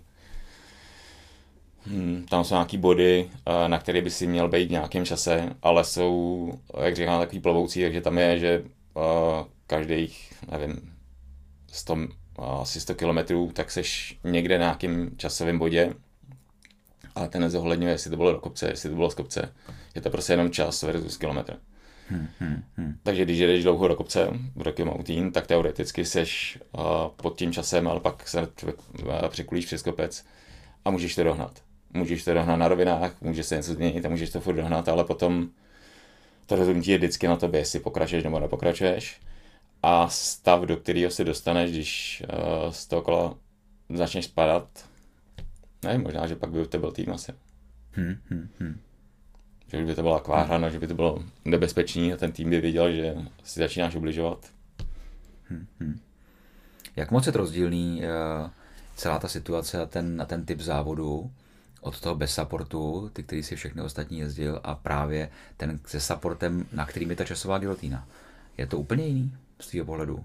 Hmm, tam jsou nějaký body, na které by si měl být v nějakém čase, ale jsou, jak říkám, takový plovoucí, takže tam je, že uh, každých, nevím, sto, uh, asi sto kilometrů, tak seš někde na nějakém časovém bodě ale ten nezohledňuje, jestli to bylo do kopce, jestli to bylo z kopce. Je to prostě jenom čas versus kilometr. Hmm, hmm, hmm. Takže když jedeš dlouho do kopce, v Rocky Mountain, tak teoreticky seš uh, pod tím časem, ale pak se uh, překulíš přes kopec a můžeš to dohnat. Můžeš to dohnat na rovinách, může se něco změnit a můžeš to furt dohnat, ale potom to rozhodnutí je vždycky na tobě, jestli pokračuješ nebo nepokračuješ. A stav, do kterého se dostaneš, když uh, z toho kola začneš spadat, nevím, možná, že pak by to byl tým asi. Hmm, hmm, hmm. Že by to byla taková hra, no, že by to bylo nebezpečný a ten tým by věděl, že si začínáš ubližovat. Hmm, hmm. Jak moc je to rozdílný uh, celá ta situace a ten, a ten typ závodu od toho bez supportu, ty, který si všechny ostatní jezdil, a právě ten se supportem, na kterým je ta časová gilotína. Je to úplně jiný z tvýho pohledu?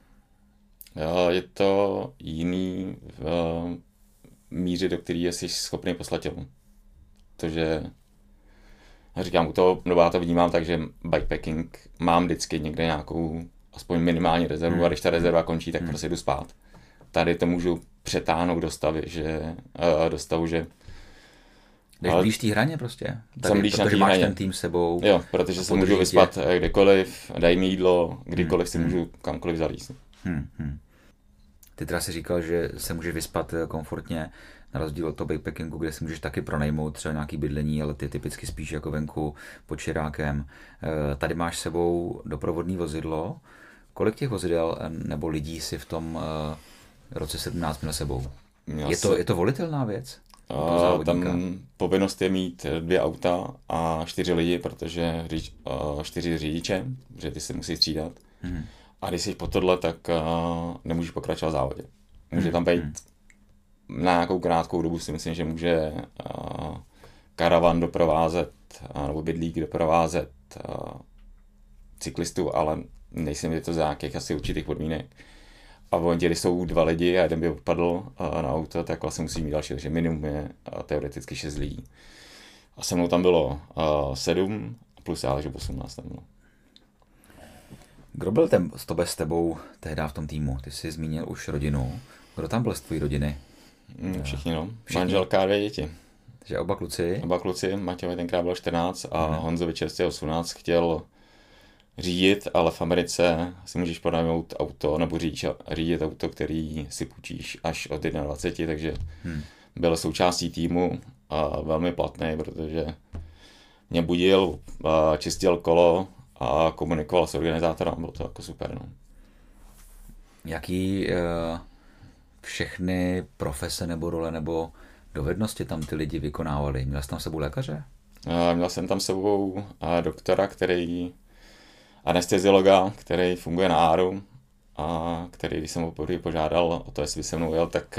Jo, je to jiný v míře, do který jsi schopný poslat tělu. Protože říkám, u toho, nebo já to vnímám tak, že bikepacking mám vždycky někde nějakou aspoň minimální rezervu, hmm. a když ta rezerva končí, tak hmm. prostě jdu spát. Tady to můžu přetáhnout do stavy, že, uh, do stavu, že Jdeš blíž té hraně prostě? Tady, jsem blíž na té máš hraně. Ten tým s sebou. Jo, protože se můžu vyspat tě. Kdekoliv, daj mi jídlo, kdykoliv hmm. si můžu kamkoliv zalíst. Hmm. Hmm. Ty teda si říkal, že se můžeš vyspat komfortně, na rozdíl od toho bikepackingu, kde si můžeš taky pronajmout třeba nějaký bydlení, ale ty typicky spíš jako venku pod čirákem. Tady máš s sebou doprovodné vozidlo. Kolik těch vozidel nebo lidí si v tom roce sedmnáct měl sebou? Je to, je to volitelná věc? Uh, tam povinnost je mít dvě auta a čtyři lidi, protože řič, uh, čtyři řidiče, že ty se musí střídat. Hmm. A když jsi po tohle, tak uh, nemůžeš pokračovat v závodě. Může tam být hmm. na nějakou krátkou dobu, si myslím, že může uh, karavan doprovázet, uh, nebo bydlík doprovázet uh, cyklistu, ale nejsem je to za nějakých asi určitých podmínek. A v momentě, kdy jsou dva lidi a jeden by odpadl uh, na auto, tak vlastně musí mít další, takže minimum je uh, teoreticky šest lidí. A se mnou tam bylo uh, sedm, plus já, takže osmnáct tam bylo. Kdo byl ten, to bez s tebou tehdy v tom týmu? Ty jsi zmínil už rodinu. Kdo tam byl z tvojí rodiny? Mm, všichni, no. Všichni. Manželka a dvě děti. Takže oba kluci? Oba kluci. Matějovi tenkrát bylo čtrnáct a hmm. Honzovi čerstvě osmnáct. Chtěl řídit, ale v Americe si můžeš pronajmout auto nebo řídit, řídit auto, který si půjčíš až od dvacet jedna, takže hmm. byl součástí týmu a velmi platný, protože mě budil, čistil kolo a komunikoval s organizátorem, bylo to jako super. No. Jaký uh, všechny profese nebo role nebo dovednosti tam ty lidi vykonávali? Měl jsi tam sebou lékaře? Uh, měl jsem tam sebou uh, doktora, který anesteziologa, který funguje na Áru a který, když jsem ho poprvé požádal o to, jestli by se mnou jel, tak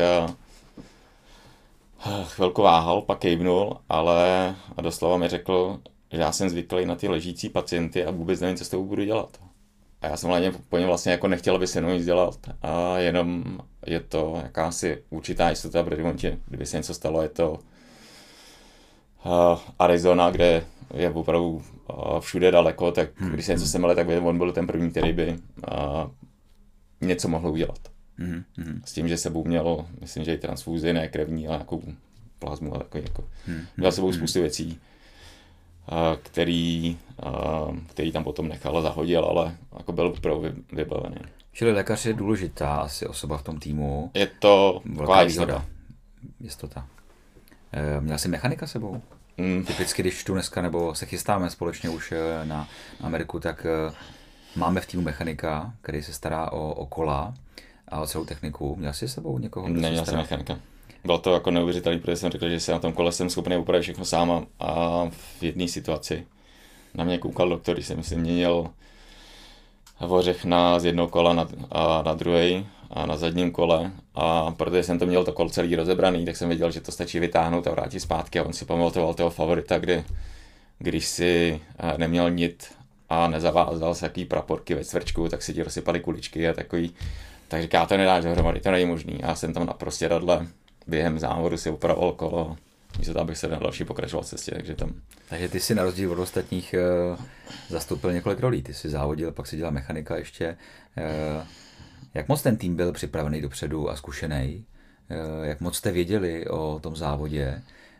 uh, chvilku váhal, pak kejvnul, ale doslova mi řekl, že já jsem zvyklý na ty ležící pacienty a vůbec nevím, co s tou budu dělat. A já jsem hlavně po něm vlastně jako nechtěl, aby se mnou nic dělat a jenom je to jakási určitá jistota, protože kdyby se něco stalo, je to uh, Arizona, kde je opravdu uh, všude daleko, tak hmm. když se něco semele, tak by on byl ten první, který by uh, něco mohl udělat. Hmm. S tím, že sebou měl, myslím, že i transfúzi, ne krevní, ale nějakou plazmu a takový jako. Hmm. Měl sebou spoustu věcí, uh, který, uh, který tam potom nechal a zahodil, ale jako byl opravdu vybavený. Čili lékař je důležitá asi osoba v tom týmu. Je to velká jistota. Jistota. E, měl jsi mechanika sebou? Mm. Typicky, když tu dneska nebo se chystáme společně už na Ameriku, tak máme v týmu mechanika, který se stará o, o kola a o celou techniku. Měl jsi s sebou někoho? Neměl jsem mechanika. Bylo to jako neuvěřitelný, protože jsem řekl, že se na tom kole jsem schopný upravit všechno sám a v jedné situaci na mě koukal doktor, když jsem si měnil vořech na, z jednoho kola na, a na druhé a na zadním kole a protože jsem to měl to kolo celý rozebraný, tak jsem věděl, že to stačí vytáhnout a vrátit zpátky a on si pamatoval toho favorita, kdy když si neměl nit a nezavázal se jaký praporky ve cvrčku, tak si ti rozsypaly kuličky a takový, tak říká, to nedáš dohromady, to není možný. Já jsem tam na prostě radle během závodu si upravoval kolo, místo toho, abych se na další pokračoval cestě, takže tam. Takže ty si na rozdíl od ostatních uh, zastoupil několik rolí, ty si závodil, pak si dělal mechanika ještě. Uh, jak moc ten tým byl připravený dopředu a zkušený? Uh, jak moc jste věděli o tom závodě?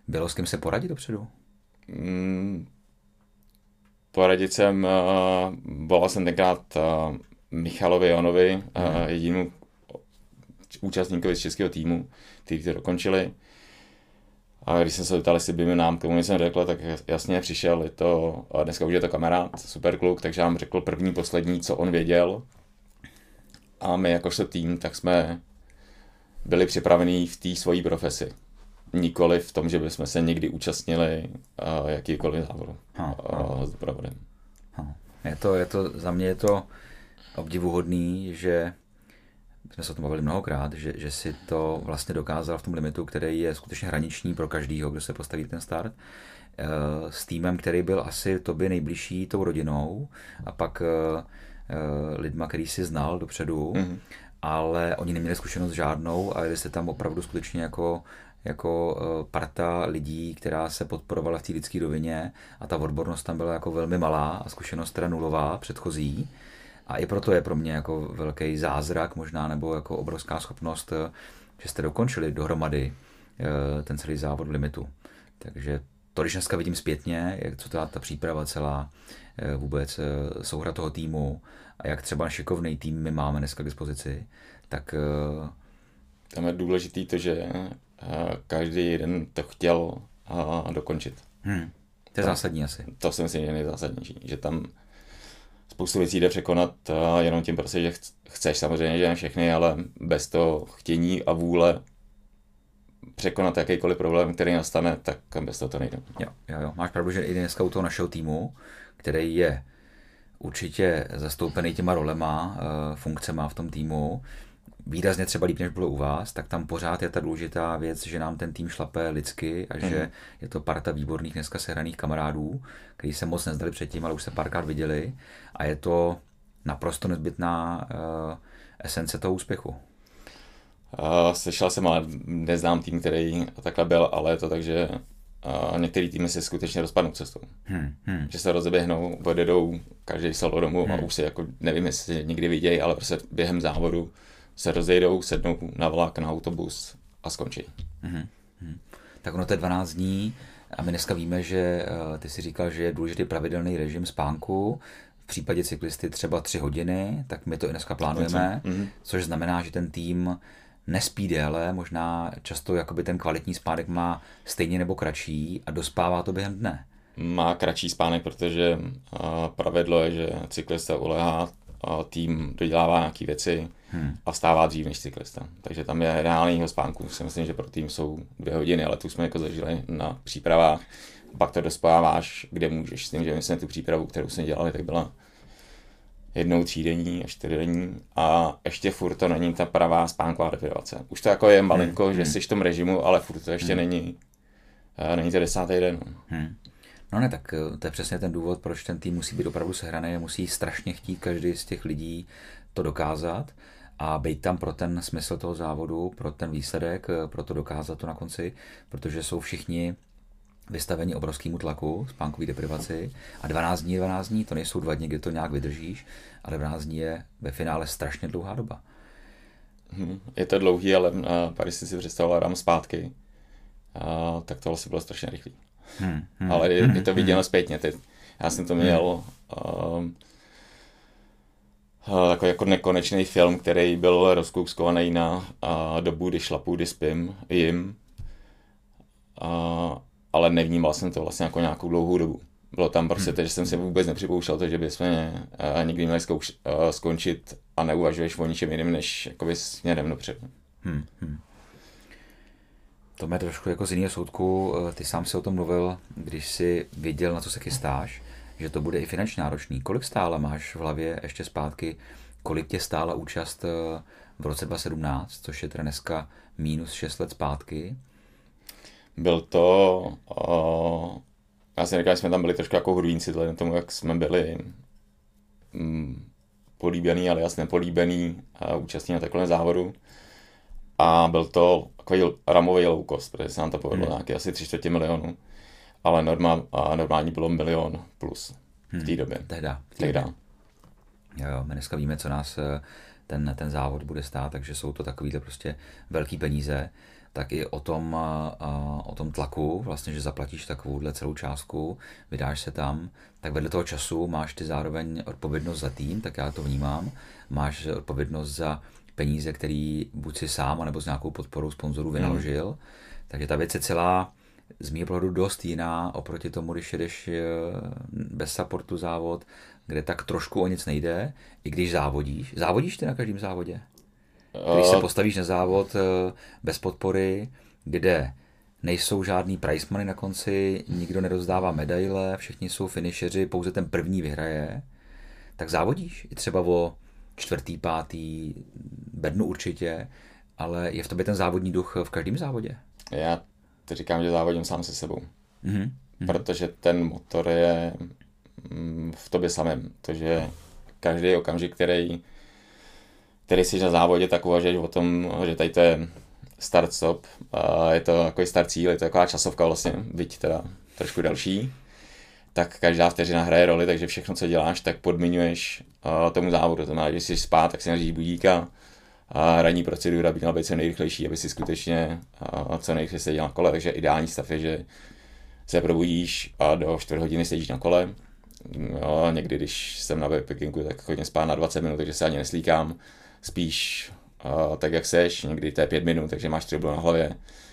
Bylo s kým se poradit dopředu? Mm, poradit jsem, uh, volal jsem tenkrát uh, Michalovi Jonovi, uh, Hmm. jedinému účastníkovi z českého týmu, kteří to dokončili. A když jsem se ptal, jestli by mi nám k tomu něco řekl, tak jasně přišel, je to, a dneska už je to kamarád, super kluk, takže nám řekl první, poslední, co on věděl. A my jakožto tým, tak jsme byli připravení v té svojí profesi. Nikoli v tom, že bychom se někdy účastnili uh, jakýkoliv závodu uh, s doprovodem. Je to, je to, za mě je to obdivuhodný, že jsme se o tom bavili mnohokrát, že, že si to vlastně dokázal v tom limitu, který je skutečně hraniční pro každýho, kdo se postaví ten start, s týmem, který byl asi tobě nejbližší tou rodinou a pak lidma, který si znal dopředu, mm-hmm. ale oni neměli zkušenost žádnou a jeli jste tam opravdu skutečně jako, jako parta lidí, která se podporovala v té lidské rovině a ta odbornost tam byla jako velmi malá a zkušenost teda nulová, předchozí. A i proto je pro mě jako velký zázrak možná, nebo jako obrovská schopnost, že jste dokončili dohromady ten celý závod v limitu. Takže to, když dneska vidím zpětně, jak co ta, ta příprava celá, vůbec souhra toho týmu a jak třeba šikovný tým my máme dneska k dispozici, tak... Tam je důležitý to, že každý jeden to chtěl dokončit. Hmm. To je to, zásadní asi. To si myslím, že je nejzásadnější, že tam spoustu věcí jde překonat jenom tím prostě, že chceš samozřejmě, že ne všechny, ale bez toho chtění a vůle překonat jakýkoliv problém, který nastane, tak bez toho to nejde. Jo, jo, jo. Máš pravdu, že i dneska u toho našeho týmu, který je určitě zastoupený těma rolema, funkcema v tom týmu, výrazně třeba líp, než bylo u vás, tak tam pořád je ta důležitá věc, že nám ten tým šlape lidsky a mm. že je to parta výborných dneska sehraných kamarádů, kteří se moc nezdali předtím, ale už se párkrát viděli a je to naprosto nezbytná uh, esence toho úspěchu. Uh, slyšel jsem, ale neznám tým, který takhle byl, ale je to tak, že uh, některý týmy se skutečně rozpadnou cestou. Hmm, hmm. Že se rozeběhnou, odjedou každý solo domů hmm. a už si jako, nevím, jestli někdy vidějí, ale prostě během závodu se rozejdou, sednou na vlak, na autobus a skončí. Hmm. Hmm. Tak ono to je dvanáct dní a my dneska víme, že uh, ty si říkal, že je důležitý pravidelný režim spánku. V případě cyklisty třeba tři hodiny, tak my to i dneska plánujeme, mm-hmm. což znamená, že ten tým nespí déle, možná často jakoby ten kvalitní spánek má stejně nebo kratší a dospává to během dne. Má kratší spánek, protože pravidlo je, že cyklista ulehá, tým dodělává nějaké věci hmm. a vstává dřív než cyklista. Takže tam je reálného spánku. Si myslím, že pro tým jsou dvě hodiny, ale tu jsme jako zažili na přípravách. Pak to dospáváš, kde můžeš. S tím, že myslím, tu přípravu, kterou jsme dělali, tak byla jednou třídenní a čtyřdenní a ještě furt to není ta pravá spánková deprivace. Už to jako je malinko, hmm. že jsi v tom režimu, ale furt to ještě hmm. není, není to desátý den. Hmm. No ne, tak to je přesně ten důvod, proč ten tým musí být opravdu sehraný, musí strašně chtít každý z těch lidí to dokázat a být tam pro ten smysl toho závodu, pro ten výsledek, pro to dokázat to na konci, protože jsou všichni vystavení obrovskému tlaku, spánkové deprivaci a dvanáct dní je dvanáct dní, to nejsou dva dny, kdy to nějak vydržíš, ale dvanáct dní je ve finále strašně dlouhá doba. Hmm, je to dlouhý, ale uh, když jsi si představoval rám zpátky, uh, tak to asi bylo strašně rychlý. Hmm, hmm, ale je, je to viděno zpětně. Teď. Já jsem to měl uh, uh, takový jako nekonečný film, který byl rozkouskovaný na uh, dobu, kdy šlapu, kdy spím, jim. Uh, ale nevnímal jsem to vlastně jako nějakou dlouhou dobu. Bylo tam prostě to, že jsem si vůbec nepřipouštěl to, že bychom uh, nikdy měli zkouš, uh, skončit a neuvažuješ o ničem jiném, než jakoby směrem dopředu. Hmm, hmm. To mě trošku jako z jiného soudku, ty sám si o tom mluvil, když jsi věděl, na co se chystáš, že to bude i finančně náročný. Kolik stála máš v hlavě ještě zpátky, kolik tě stála účast v roce dva tisíce sedmnáct, což je teda dneska minus šest let zpátky? Byl to, uh, já si říkám, že jsme tam byli trošku jako hudvíci, vzhledem tomu, jak jsme byli um, políbený, ale jasně políbený uh, účastní na takovém závodu. A byl to takový ramový low cost, protože se nám to povedlo hmm. nějaký asi tři čtvrtě milionu, ale normál, a normální bylo milion plus v té době. Hmm. Tehda. Tehda. Jo, jo, my dneska víme, co nás ten, ten závod bude stát, takže jsou to takovýhle prostě velký peníze. tak i o tom, a, o tom tlaku, vlastně, že zaplatíš takovouhle celou částku, vydáš se tam, tak vedle toho času máš ty zároveň odpovědnost za tým, tak já to vnímám, máš odpovědnost za peníze, který buď si sám, anebo s nějakou podporou sponzorů vynaložil, mm. takže ta věc je celá z mého pohledu dost jiná oproti tomu, když jedeš bez supportu závod, kde tak trošku o nic nejde, i když závodíš. Závodíš ty na každém závodě? Když se postavíš na závod bez podpory, kde nejsou žádný prize money na konci, nikdo nerozdává medaile, všichni jsou finisheři, pouze ten první vyhraje, tak závodíš i třeba o čtvrtý, pátý, bednu určitě, ale je v tobě ten závodní duch v každém závodě? Já to říkám, že závodím sám se sebou. Mm-hmm. Protože ten motor je v tobě samém. To, že každý okamžik, který, který jsi na závodě, tak uvažuješ o tom, že tady to je start stop. A je to takový start cíl, je to taková časovka vlastně, byť teda trošku další. Tak každá vteřina hraje roli, takže všechno, co děláš, tak podmiňuješ tomu závodu. To znamená, že jsi spát, tak si nařídíš budíka. A ranní procedura by měla být co nejrychlejší, aby si skutečně a co nejrychleji seděl na kole, takže ideální stav je, že se probudíš a do čtvrt hodiny sedíš na kole. Jo, někdy, když jsem na bikepackingu, tak chodím spát na dvacet minut, takže se ani neslíkám. Spíš a, tak, jak seš, někdy to je pět minut, takže máš tři na hlavě.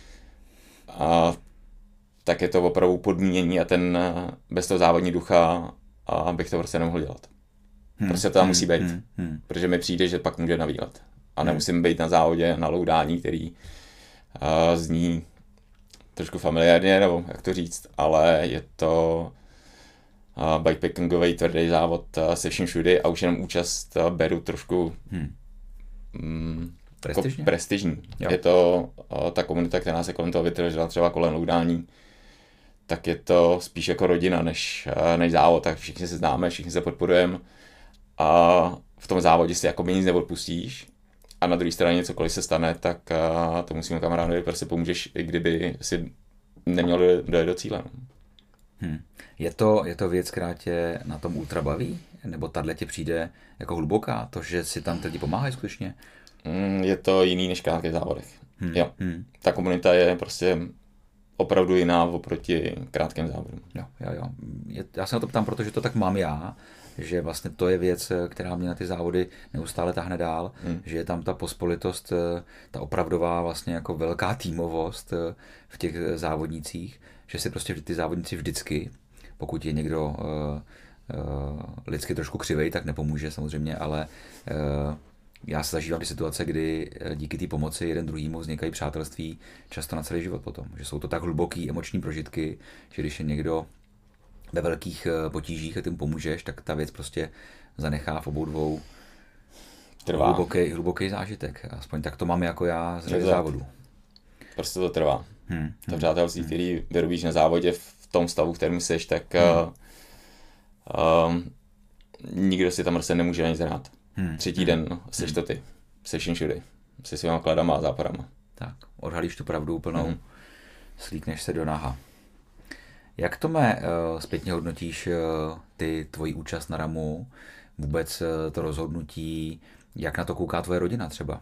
A tak je to opravdu podmínění a ten bez toho závodní ducha a bych to prostě nemohl dělat. Hmm, prostě to tam hmm, musí být, hmm, hmm. protože mi přijde, že pak může navílet. A nemusím být na závodě, na loudání, který uh, zní trošku familiárně, nebo jak to říct, ale je to uh, bikepackingový tvrdý závod uh, se vším všudy a už jenom účast uh, beru trošku hmm. um, prestižně. Jako prestižní. Je to uh, ta komunita, která se kolem toho vytvořila třeba kolem loudání, tak je to spíš jako rodina než, uh, než závod, tak všichni se známe, všichni se podporujeme a v tom závodě si jako nic neodpustíš. A na druhé straně cokoliv se stane, tak uh, tomu svým kamarádovi prostě pomůžeš, i kdyby si neměl dojet do cíle. Hmm. Je to, je to věc, která tě na tom ultra baví? Nebo tahle tě přijde jako hluboká? To, že si tam lidi pomáhají skutečně? Mm, je to jiný než v krátkých závodech. Hmm. Jo. Hmm. Ta komunita je prostě opravdu jiná oproti krátkým závodům. Jo, jo, jo. Je, já se na to ptám, protože to tak mám já, že vlastně to je věc, která mě na ty závody neustále tahne dál, hmm. že je tam ta pospolitost, ta opravdová vlastně jako velká týmovost v těch závodnících, že si prostě ty závodníci vždycky, pokud je někdo uh, uh, lidsky trošku křivej, tak nepomůže samozřejmě, ale uh, já se zažívám ty situace, kdy díky té pomoci jeden druhýmu vznikají přátelství často na celý život potom, že jsou to tak hluboký emoční prožitky, že když je někdo ve velkých potížích a tím pomůžeš, tak ta věc prostě zanechá v obou dvou trvá. Hluboký, hluboký zážitek. Aspoň tak to mám jako já z závodu. Prostě to trvá. Hmm. To přátelství, hmm. který vyrobíš na závodě v tom stavu, v kterém jsi, tak hmm. uh, um, nikdo si tam prostě nemůže ani zhrát. Hmm. Třetí hmm. den seš to ty. Seš vším všudy. Se svýma kladama a záporama. Tak, odhalíš tu pravdu úplnou, hmm. slíkneš se do naha. Jak to mé uh, zpětně hodnotíš uh, ty tvoji účast na ramu, vůbec uh, to rozhodnutí, jak na to kouká tvoje rodina třeba?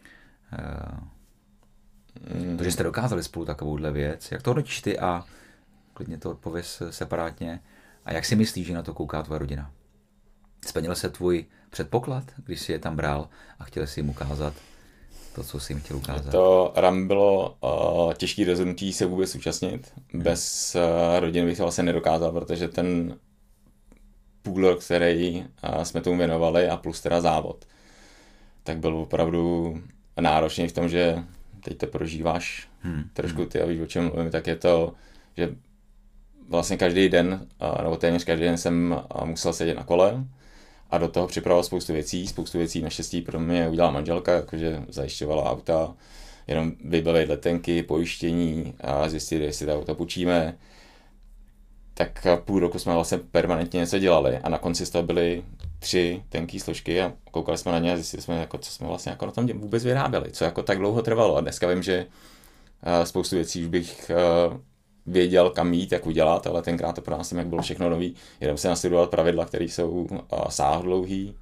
Uh, mm. To, že jste dokázali spolu takovouhle věc, jak to hodnotíš ty a klidně to odpověz separátně a jak si myslíš, že na to kouká tvoje rodina? Splnil se tvůj předpoklad, když jsi je tam bral a chtěl si jim ukázat to, co jsi jim chtěl ukázat? To RAM bylo uh, těžké rozhodnutí se vůbec účastnit. Hmm. Bez uh, rodiny bych to vlastně nedokázal, protože ten půl rok, který uh, jsme tomu věnovali a plus teda závod, tak byl opravdu náročný v tom, že teď to prožíváš hmm. trošku ty a víš, o čem mluvím, tak je to, že vlastně každý den, uh, nebo téměř každý den jsem uh, musel sedět na kole, a do toho připravoval spoustu věcí, spoustu věcí naštěstí pro mě udělala manželka, jakože zajišťovala auta, jenom vybavit letenky, pojištění a zjistit, jestli ta auta půjčíme. Tak půl roku jsme vlastně permanentně něco dělali a na konci z toho byly tři tenký složky a koukali jsme na ně a zjistili jsme, jako, co jsme vlastně jako na tom vůbec vyráběli, co jako tak dlouho trvalo. A dneska vím, že spoustu věcí už bych věděl, kam jít, jak udělat, ale tenkrát to pro nás jak bylo všechno nový. Jenom se nastudovat pravidla, které jsou sáhodlouhý,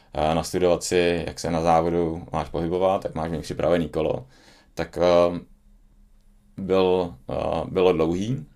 nastudovat si, jak se na závodu máš pohybovat, tak máš mít připravený kolo. Tak byl, uh, bylo dlouhý.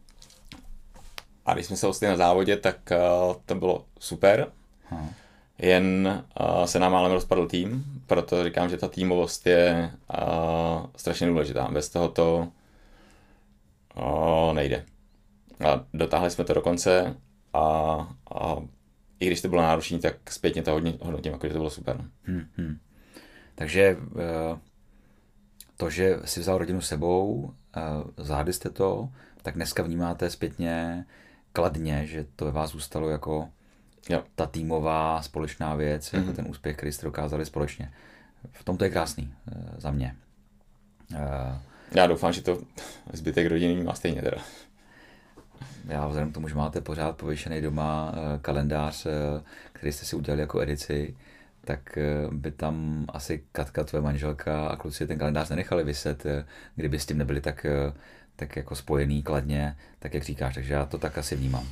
A když jsme se ostali na závodě, tak uh, to bylo super. Hmm. Jen uh, se nám málem rozpadl tým, proto říkám, že ta týmovost je uh, strašně důležitá. Bez toho to uh, nejde. A dotáhli jsme to do konce a, a i když to bylo náročné, tak zpětně to hodně hodnotím, jako že to bylo super. Hmm, hmm. Takže to, že si vzal rodinu sebou, zvládli jste to, tak dneska vnímáte zpětně kladně, že to ve vás zůstalo jako jo. ta týmová společná věc, mm-hmm. jako ten úspěch, který jste dokázali společně. V tom to je krásný za mě. Já doufám, že to zbytek rodiny má stejně teda. Já vzhledem k tomu, že máte pořád pověšený doma kalendář, který jste si udělali jako edici, tak by tam asi Katka, tvoje manželka a kluci ten kalendář nenechali viset, kdyby s tím nebyli tak, tak jako spojený kladně, tak jak říkáš, takže já to tak asi vnímám.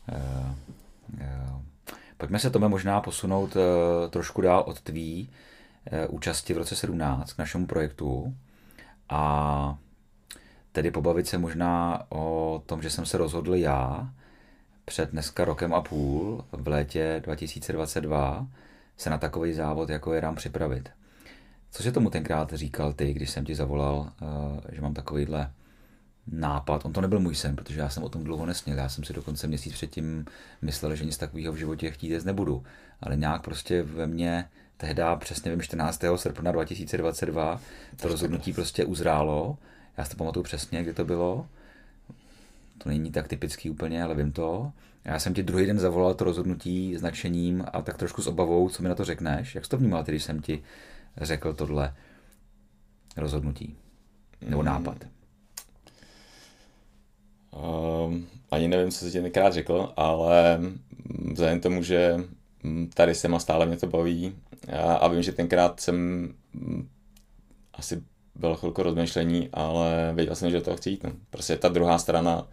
Pojďme se, Tome, možná posunout trošku dál od tvý účasti v roce sedmnáct k našemu projektu a tedy pobavit se možná o tom, že jsem se rozhodl já před dneska rokem a půl v létě dva tisíce dvacet dva se na takový závod, jako je Run, připravit. Co jsi tomu tenkrát říkal ty, když jsem ti zavolal, že mám takovýhle nápad? On to nebyl můj sen, protože já jsem o tom dlouho nesměl. Já jsem si dokonce měsíc předtím myslel, že nic takového v životě chtít jít nebudu. Ale nějak prostě ve mně tehdy, přesně vím, čtrnáctého srpna dva tisíce dvacet dva, to rozhodnutí prostě uzrálo. Já si to pamatuju přesně, kdy to bylo. To není tak typický úplně, ale vím to. Já jsem ti druhý den zavolal to rozhodnutí s nadšením a tak trošku s obavou, co mi na to řekneš. Jak jsi to vnímal, když jsem ti řekl tohle rozhodnutí? Nebo nápad? Um, ani nevím, co jsi ti tenkrát řekl, ale vzhledem tomu, že tady jsem a stále mě to baví a, a vím, že tenkrát jsem asi bylo chvilku rozmýšlení, ale věděl jsem, že do toho chci jít. No. Prostě ta druhá strana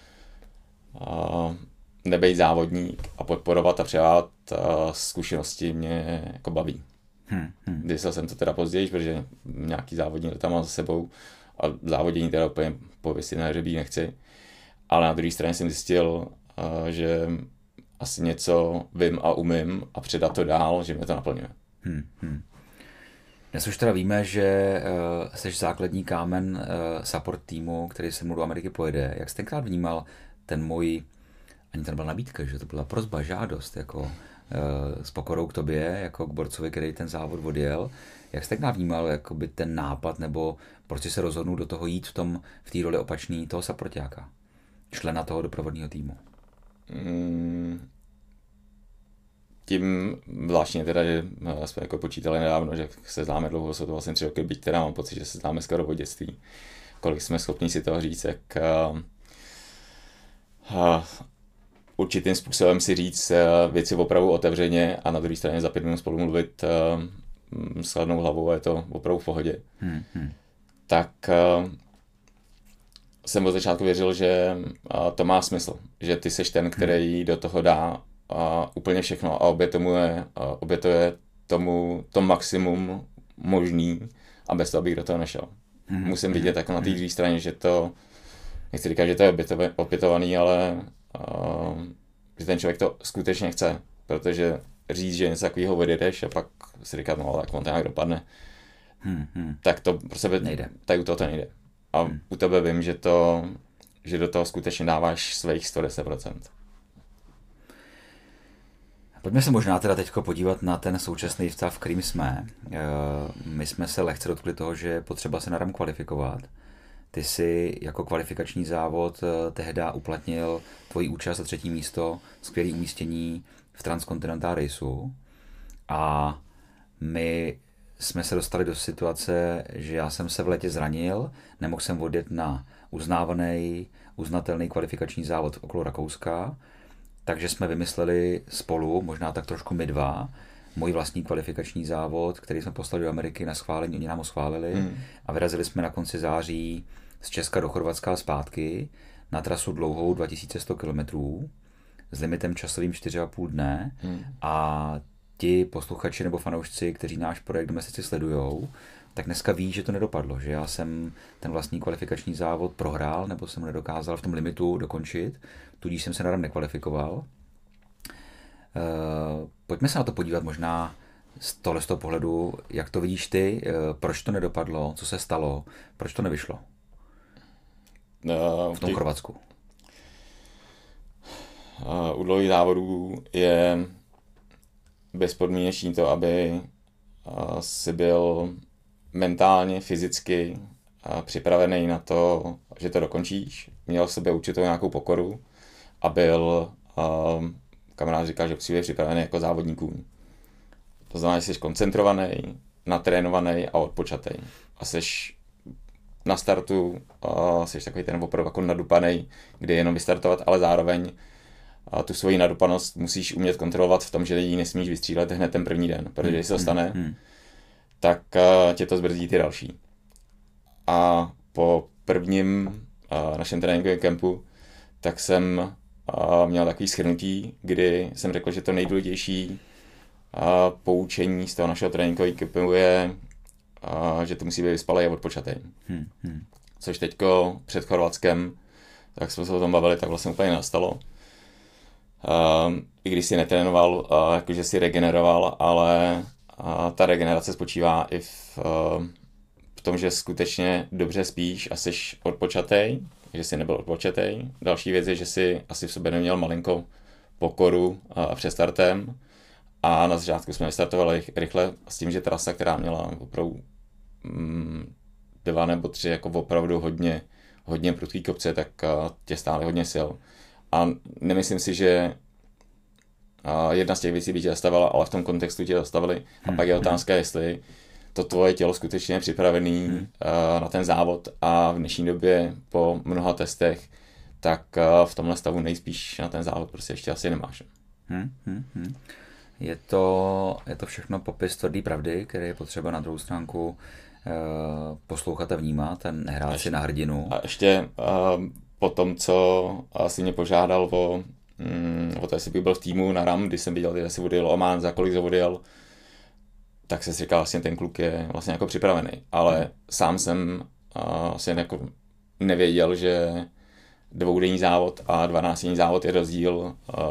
a nebejt závodník a podporovat a předávat zkušenosti mě jako baví. Hmm, hmm. Zjistil jsem to teda později, protože nějaký závodní leta mám za sebou a závodění teda úplně pověsit na hřebí nechci. Ale na druhé straně jsem zjistil, že asi něco vím a umím a předat to dál, že mě to naplňuje. Hmm, hmm. Dnes už teda víme, že uh, jsi základní kámen uh, support týmu, který se mnou do Ameriky pojede. Jak jsi tenkrát vnímal ten můj, ani to nebyla nabídka, že to byla prosba, žádost, jako uh, s pokorou k tobě, jako k borcovi, který ten závod odjel. Jak jsi tenkrát vnímal jakoby ten nápad, nebo proč jsi se rozhodnul do toho jít v tom v té roli opačný toho supportáka, člena toho doprovodního týmu? Mm. Tím zvláštně teda, že jsme jako počítali nedávno, že se známe dlouho, jsou to vlastně tři roky, byť teda mám pocit, že se známe skoro od dětství. Kolik jsme schopni si toho říct, jak uh, uh, určitým způsobem si říct uh, věci opravdu otevřeně a na druhé straně za pět minut spolu mluvit uh, s chladnou hlavou a je to opravdu v pohodě. Hmm, hmm. Tak uh, jsem od začátku věřil, že uh, to má smysl, že ty seš ten, který do toho dá a úplně všechno a obětuje, a obětuje tomu to maximum možný a bez toho bych do toho nešel. Hmm. Musím vidět tak na té druhé straně, že to, nechci říkat, že to je opětovaný, ale uh, že ten člověk to skutečně chce, protože říct, že něco takového odjedeš a pak si říkat, no tak on to nějak dopadne, hmm. tak to pro sebe nejde. Tak u toho to nejde. A hmm. u tebe vím, že, to, že do toho skutečně dáváš svých sto deset procent. Pojďme se možná teda teďko podívat na ten současný stav, v kterým jsme. My jsme se lehce dotkli toho, že je potřeba se na Run kvalifikovat. Ty jsi jako kvalifikační závod tehda uplatnil tvoji účast za třetí místo, skvělé umístění v Transcontinental Raceu. A my jsme se dostali do situace, že já jsem se v létě zranil, nemohl jsem odjet na uznávaný, uznatelný kvalifikační závod okolo Rakouska, takže jsme vymysleli spolu, možná tak trošku my dva, můj vlastní kvalifikační závod, který jsme poslali do Ameriky na schválení, oni nám ho schválili hmm. a vyrazili jsme na konci září z Česka do Chorvatska a zpátky na trasu dlouhou dva tisíce sto kilometrů s limitem časovým čtyři a půl dne hmm. a ti posluchači nebo fanoušci, kteří náš projekt do měsíci sledujou, tak dneska ví, že to nedopadlo, že já jsem ten vlastní kvalifikační závod prohrál, nebo jsem nedokázal v tom limitu dokončit, tudíž jsem se na rám nekvalifikoval. Pojďme se na to podívat možná z tohle z toho pohledu, jak to vidíš ty, proč to nedopadlo, co se stalo, proč to nevyšlo v tom Chorvatsku. U dlouhých závodů je bezpodmínečný to, aby si byl mentálně, fyzicky připravený na to, že to dokončíš. Měl v sobě určitou nějakou pokoru a byl, kamarád říkal, že musí být připravený jako závodní kůň. To znamená, že jsi koncentrovaný, natrénovaný a odpočatý. A jsi na startu, jsi takový ten opravdu jako nadupaný, kdy jenom vystartovat, ale zároveň a tu svoji nadupanost musíš umět kontrolovat v tom, že ji nesmíš vystřílet hned ten první den, protože když se to stane, hmm. tak uh, tě to zbrzdí ty další. A po prvním uh, našem tréninkovém kempu, tak jsem uh, měl takový shrnutí, kdy jsem řekl, že to nejdůležitější uh, poučení z toho našeho tréninkového kempu je, uh, že to musí být vyspalej a odpočatý. Hmm. Hmm. Což teďko před Chorvatskem, tak jsme se o tom bavili, tak vlastně úplně nastalo. Uh, I když si netrénoval, uh, jakože si regeneroval, ale uh, ta regenerace spočívá i v, uh, v tom, že skutečně dobře spíš a jsi odpočatej, že jsi nebyl odpočatej. Další věc je, že jsi asi v sobě neměl malinko pokoru uh, před startem a na začátku jsme vystartovali rychle s tím, že trasa, která měla opravdu mm, dva nebo tři jako opravdu hodně, hodně prudký kopce, tak uh, tě stály hodně sil. A nemyslím si, že jedna z těch věcí by tě zastavila, ale v tom kontextu tě zastavili. A pak je otázka, jestli to tvoje tělo skutečně je připravený hmm. na ten závod a v dnešní době po mnoha testech, tak v tomhle stavu nejspíš na ten závod prostě ještě asi nemáš. Hmm, hmm, hmm. Je to, je to všechno popis tvrdý pravdy, který je potřeba na druhou stránku uh, poslouchat a vnímat a nehrát si na hrdinu. A ještě uh, po tom, co asi mě požádal o, mm, o to, jestli bych byl v týmu na RAM, když jsem viděl, že si odjel Oman, za kolik odjel, tak jsem si říkal, vlastně ten kluk je vlastně jako připravený. Ale hmm. sám jsem uh, asi jako nevěděl, že dvoudenní závod a dvanáctdenní závod je rozdíl uh,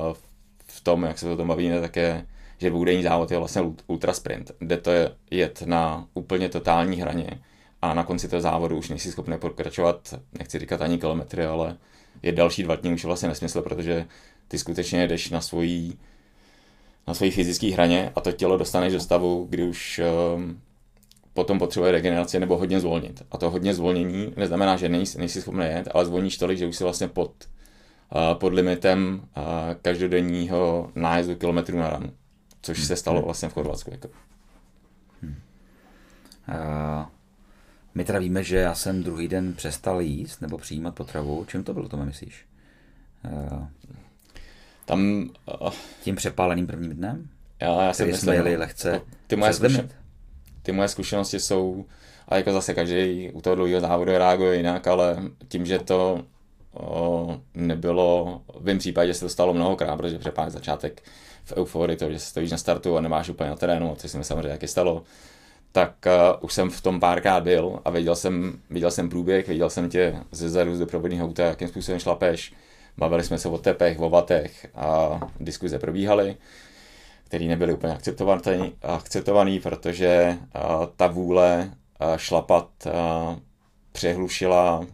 v tom, jak se o tom bavíme, tak je, že dvoudenní závod je vlastně ultrasprint, kde to je jet na úplně totální hraně. A na konci toho závodu už nejsi schopný pokračovat, nechci říkat ani kilometry, ale je další dva dny už je vlastně nesmysl, protože ty skutečně jdeš na svojí, na svojí fyzické hraně a to tělo dostaneš do stavu, kdy už um, potom potřebuje regeneraci nebo hodně zvolnit. A to hodně zvolnění neznamená, že nejsi, nejsi schopný jet, ale zvolníš tolik, že už jsi vlastně pod, uh, pod limitem uh, každodenního nájezdu kilometrů na ranu, což hmm. se stalo vlastně v Chorvatsku. Jako. Hmm. Uh... My teda víme, že já jsem druhý den přestal jíst nebo přijímat potravu. Čím to bylo, to myslíš? Uh, Tam... Uh, tím přepáleným prvním dnem? Já, já jsem jsme jeli lehce ty moje, zkušen, ty moje zkušenosti jsou, a jako zase každý u toho dlouhého závodu reaguje jinak, ale tím, že to uh, nebylo, v mém případě se to stalo mnohokrát, protože přepálení začátek v euforii, to, že se stojíš na startu a nemáš úplně na terénu, což se mi samozřejmě taky stalo, tak uh, už jsem v tom párkrát byl a viděl jsem, viděl jsem průběh, viděl jsem tě ze zadu z doprovodního auta, jakým způsobem šlapeš, bavili jsme se o tepech, o vatech a diskuze probíhaly, které nebyly úplně akceptovaný, akceptovaný protože uh, ta vůle uh, šlapat uh, přehlušila,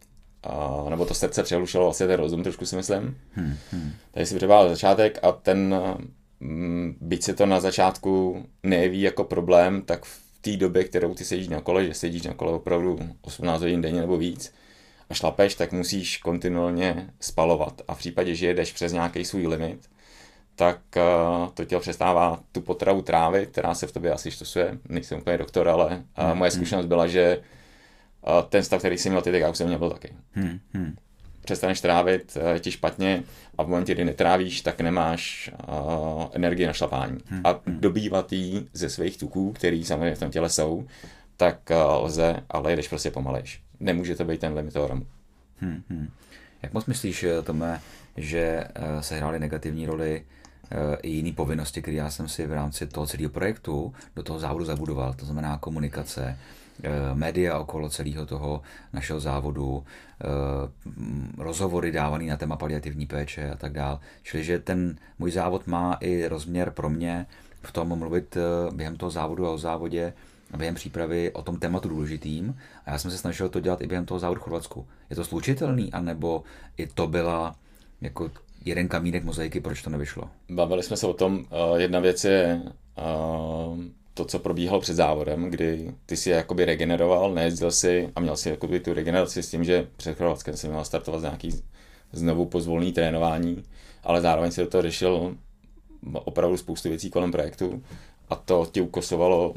uh, nebo to srdce přehlušilo vlastně ten rozum, trošku si myslím. Hmm, hmm. Tady si přebál začátek a ten, uh, byť se to na začátku nejeví jako problém, tak v té době, kterou ty sedíš na kole, že sedíš na kole opravdu osmnáct hodin denně nebo víc a šlapeš, tak musíš kontinuálně spalovat. A v případě, že jedeš přes nějaký svůj limit, tak uh, to tělo přestává tu potravu trávit, která se v tobě asi štosuje. Nejsem úplně doktor, ale uh, hmm, moje zkušenost hmm. byla, že uh, ten stav, který jsem měl ty, tak já už jsem měl byl taky. Hmm, hmm. Přestaneš trávit, je ti špatně a v momentě, kdy netrávíš, tak nemáš uh, energii na šlapání. Hmm. A dobývat jí ze svých tuků, který samozřejmě v tom těle jsou, tak uh, lze, ale jedeš prostě pomalejš. Nemůže to být ten limit toho ramu. Hmm, hmm. Jak moc myslíš, Tome, že uh, se hrály negativní roli uh, i jiné povinnosti, které já jsem si v rámci toho celého projektu do toho závodu zabudoval, to znamená komunikace, média okolo celého toho našeho závodu, rozhovory dávané na téma paliativní péče a tak dále. Čili, že ten můj závod má i rozměr pro mě v tom mluvit během toho závodu a o závodě a během přípravy o tom tématu důležitým. A já jsem se snažil to dělat i během toho závodu v Chorvatsku. Je to slučitelný, anebo i to byla jako jeden kamínek mozaiky, proč to nevyšlo? Bavili jsme se o tom, uh, jedna věc je uh, to, co probíhalo před závodem, kdy ty si jakoby regeneroval, nejezdil si a měl si jakoby tu regeneraci s tím, že před Chorvatskem si měl startovat nějaký znovu pozvolný trénování, ale zároveň si do toho řešil opravdu spoustu věcí kolem projektu a to ti ukosovalo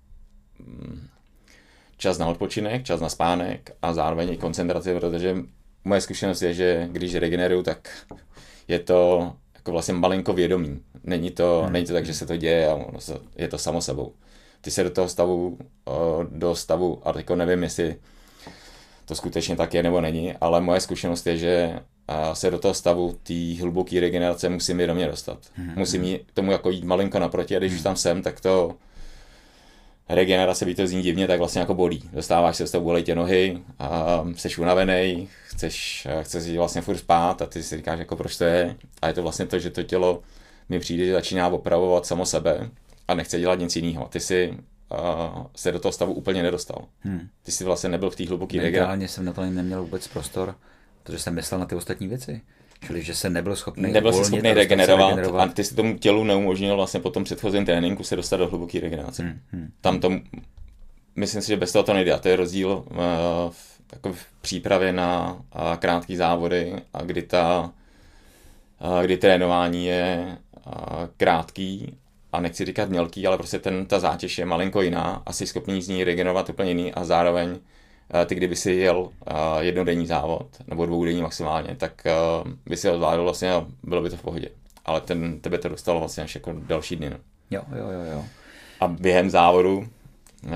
čas na odpočinek, čas na spánek a zároveň i koncentraci, protože moje zkušenost je, že když regeneruju, tak je to jako vlastně malinko vědomí. Není to, hmm. není to tak, že se to děje a je to samo sebou. Ty se do toho stavu, do stavu, a teďko nevím, jestli to skutečně tak je nebo není, ale moje zkušenost je, že se do toho stavu té hluboké regenerace musím vědomě dostat. Hmm. Musím jí, tomu jako jít malinko naproti a když už tam jsem, tak to regenerace, by to zní divně, tak vlastně jako bolí. Dostáváš se z toho, bolej tě nohy a jsi unavenej, chceš, chceš vlastně furt spát a ty si říkáš, jako proč to je. A je to vlastně to, že to tělo mi přijde, že začíná opravovat samo sebe a nechce dělat nic jiného. Ty si uh, se do toho stavu úplně nedostal. Hmm. Ty jsi vlastně nebyl v té hluboké regeneraci. Mentálně jsem na to neměl vůbec prostor, protože jsem myslel na ty ostatní věci. Čili, že se nebyl schopný Nebyl jsi schopný regenerovat, regenerovat a ty si tomu tělu neumožnil vlastně po tom předchozím tréninku se dostat do hluboké regenerace. Hmm, hmm. Tam to, myslím si, že bez toho to nejde. A to je rozdíl uh, v, jako v přípravě na uh, krátké závody, a kdy, ta, uh, kdy trénování je uh, krátký a nechci říkat mělký, ale prostě ten, ta zátěž je malinko jiná a jsi schopný z ní regenerovat úplně jiný a zároveň ty, kdyby si jel uh, jednodenní závod, nebo dvoudenní maximálně, tak uh, by si ho zvládl vlastně a bylo by to v pohodě. Ale ten, tebe to dostalo vlastně až jako další dny. No. Jo, jo, jo, jo. A během závodu uh,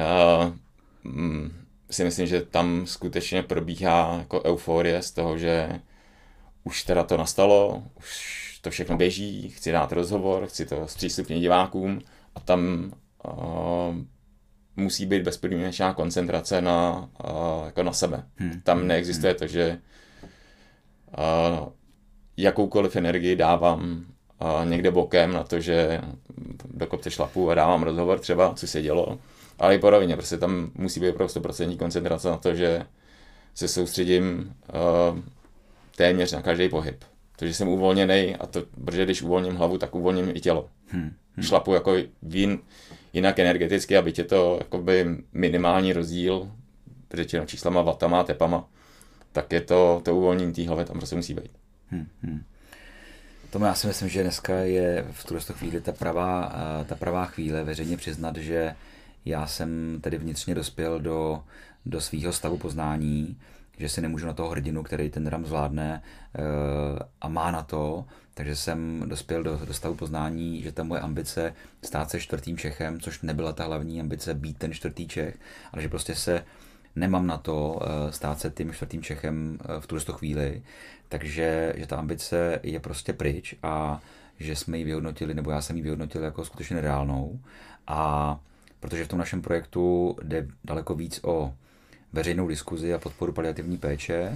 mm, si myslím, že tam skutečně probíhá jako euforie z toho, že už teda to nastalo, už to všechno běží, chci dát rozhovor, chci to zpřístupnit divákům a tam uh, musí být bezpodmínečná koncentrace na, uh, jako na sebe. Hmm. Tam neexistuje hmm. to, že uh, jakoukoliv energii dávám uh, někde bokem na to, že do kopce šlapu a dávám rozhovor třeba, co se dělo, ale i podobně, prostě tam musí být opravdu sto procent koncentrace na to, že se soustředím uh, téměř na každý pohyb. Protože jsem uvolněnej a to, protože když uvolním hlavu, tak uvolním i tělo. Hmm. Hmm. Šlapu jako vín, jinak energeticky, aby je to jakoby minimální rozdíl, řečeno číslama, vatama, tepama, tak je to, to uvolnění té hlavy tam prostě musí být. Hmm, hmm. Tomu já si myslím, že dneska je v tuto chvíli ta pravá, ta pravá chvíle veřejně přiznat, že já jsem tedy vnitřně dospěl do, do svýho stavu poznání, že si nemůžu na toho hrdinu, který ten ram zvládne a má na to, takže jsem dospěl do, do stavu poznání, že ta moje ambice stát se čtvrtým Čechem, což nebyla ta hlavní ambice být ten čtvrtý Čech, ale že prostě se nemám na to stát se tím čtvrtým Čechem v tuto chvíli, takže že ta ambice je prostě pryč a že jsme ji vyhodnotili, nebo já jsem ji vyhodnotil jako skutečně nereálnou a protože v tom našem projektu jde daleko víc o veřejnou diskuzi a podporu paliativní péče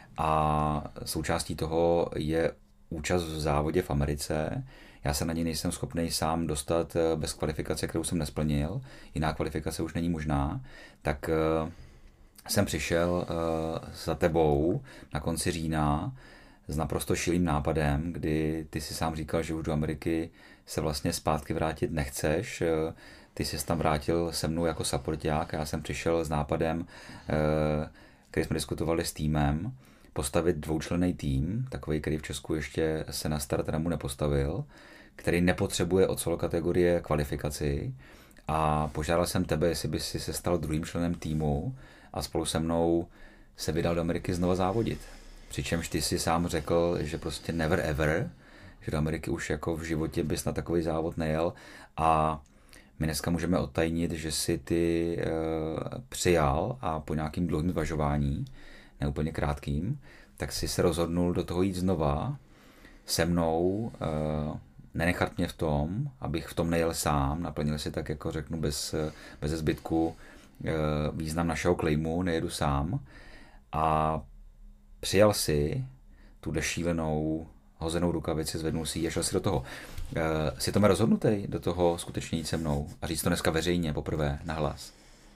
a součástí toho je účast v závodě v Americe. Já se na něj nejsem schopný sám dostat bez kvalifikace, kterou jsem nesplnil. Jiná kvalifikace už není možná. Tak uh, jsem přišel uh, za tebou na konci října s naprosto šilým nápadem, kdy ty si sám říkal, že už do Ameriky se vlastně zpátky vrátit nechceš. Uh, ty jsi tam vrátil se mnou jako supporták a já jsem přišel s nápadem, uh, který jsme diskutovali s týmem, postavit dvoučlenný tým, takový, který v Česku ještě se na start ramu nepostavil, který nepotřebuje od solo kategorie kvalifikaci a požádal jsem tebe, jestli by si se stal druhým členem týmu a spolu se mnou se vydal do Ameriky znova závodit. Přičemž ty si sám řekl, že prostě never ever, že do Ameriky už jako v životě bys na takový závod nejel a my dneska můžeme odtajnit, že si ty e, přijal a po nějakým dlouhým zvažování, neúplně krátkým, tak si se rozhodnul do toho jít znova se mnou, e, nenechat mě v tom, abych v tom nejel sám, naplnil si tak, jako řeknu, bez, bez zbytku význam našeho claimu Nejedu sám a přijal si tu šílenou hozenou rukavici, zvednul si ji a šel si do toho. Jsi Tome rozhodnutý do toho skutečně jít se mnou a říct to dneska veřejně poprvé nahlas?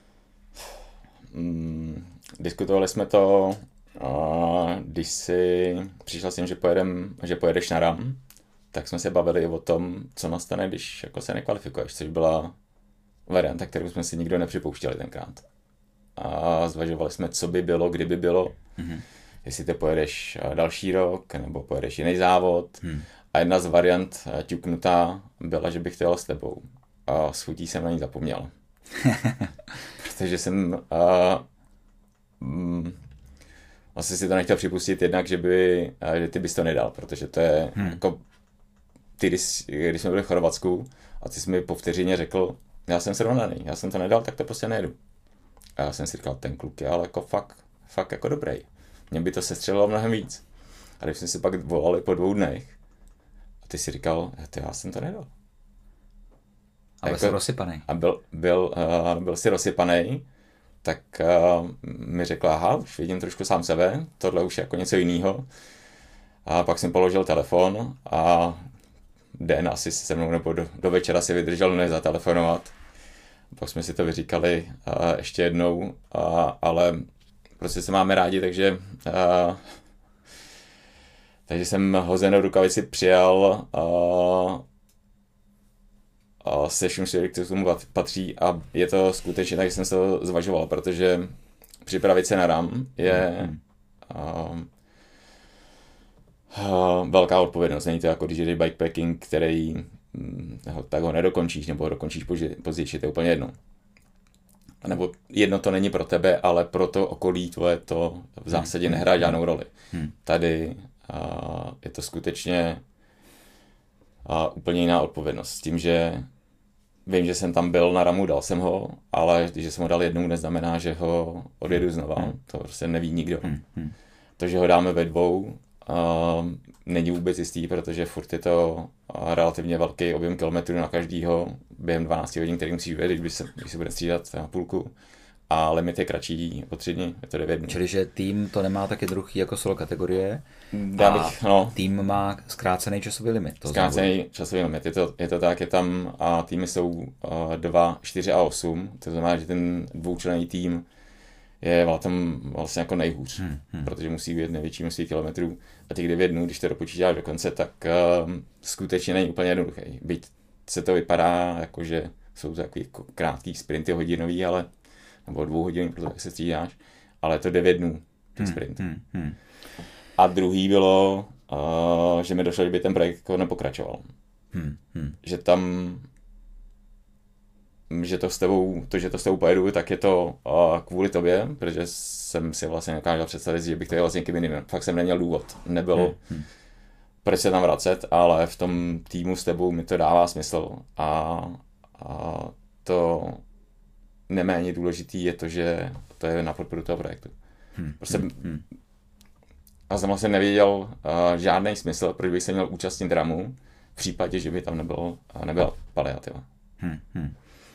Mm, diskutovali jsme to, a když si přišel s tím, že, pojedem, že pojedeš na RAM, tak jsme se bavili o tom, co nastane, když jako se nekvalifikuješ, což byla varianta, kterou jsme si nikdo nepřipouštěli tenkrát. A zvažovali jsme, co by bylo, kdyby bylo, mm-hmm. jestli ty pojedeš další rok, nebo pojedeš jiný závod. Mm. A jedna z variant ťuknutá byla, že bych to jel s tebou. A s chutí jsem na ní zapomněl. Protože jsem uh, mm, asi si to nechtěl připustit jednak, že, by, že ty bys to nedal, protože to je hmm. jako ty, když, když jsme byli v Chorvatsku a ty jsi mi po vteřině řekl, já jsem srovnaný, já jsem to nedal, tak to prostě nejedu. A já jsem si říkal, ten kluk je ale jako fakt, fakt jako dobrý. Mně by to sestřelilo mnohem víc. A když jsme si pak volali po dvou dnech a ty si říkal, já jsem to nedal. A byl jako, jsi rozsypaný. A byl, byl, uh, byl jsi rozsypaný, tak uh, mi řekla, aha, už vidím trošku sám sebe, tohle už je jako něco jiného. A pak jsem položil telefon a den asi se mnou nebo do, do večera si vydržel nezatelefonovat. Pak jsme si to vyříkali uh, ještě jednou, uh, ale prostě se máme rádi, takže uh, takže jsem hozenou rukavici přijal uh, a se vším svědek, co k tomu patří a je to skutečně tak, že jsem se to zvažoval, protože připravit se na RAM je uh, uh, velká odpovědnost. Není to jako když jdeš bikepacking, který um, tak ho nedokončíš nebo ho dokončíš později, je to úplně jedno. Nebo jedno to není pro tebe, ale pro to okolí tvoje to v zásadě nehrá žádnou roli. Tady uh, je to skutečně a úplně jiná odpovědnost. S tím, že vím, že jsem tam byl na ramu, dal jsem ho, ale když jsem ho dal jednou, neznamená, že ho odjedu znova. Hmm. To prostě neví nikdo. Hmm. Hmm. To, že ho dáme ve dvou, uh, není vůbec jistý, protože furt je to uh, relativně velký objem kilometrů na každýho během dvanáct hodin, který musíš vyjet, když se, když se bude střídat na půlku. A limit je kratší o tři dny, je to devět dnů. Čili, že tým to nemá tak jednoduchý jako solo kategorie Já bych, no, tým má zkrácený časový limit. To zkrácený závodu. Časový limit, je to, je to tak, je tam a týmy jsou dva, čtyři a osm, to znamená, že ten dvoučlenný tým je tam vlastně jako nejhůř, hmm, hmm. protože musí být největší množství kilometrů a těch devět dnů, když to dopočítáš do konce, tak uh, skutečně není úplně jednoduchý. Byť se to vypadá, jako že jsou to takový jako krátký sprinty hodinový, ale nebo dvou hodin, protože se střídáš, ale je to devět dnů, ten sprint. Hmm, hmm, hmm. A druhý bylo, uh, že mi došlo, že by ten projekt nepokračoval. Hmm, hmm. Že tam, že to s tebou, to, že to s tebou pojedu, tak je to uh, kvůli tobě, protože jsem si vlastně nekázal představit, že bych to jel s někým jiným. Fakt jsem neměl důvod. Nebylo, hmm, hmm. proč se tam vracet, ale v tom týmu s tebou mi to dává smysl. A, a to neméně důležitý je to, že to je na podporu toho projektu. Hmm. Prostě hmm. a jsem vlastně nevěděl uh, žádný smysl, proč bych se měl účastnit ramu v případě, že by tam nebylo, uh, nebyla paliativa. Hmm. Hmm.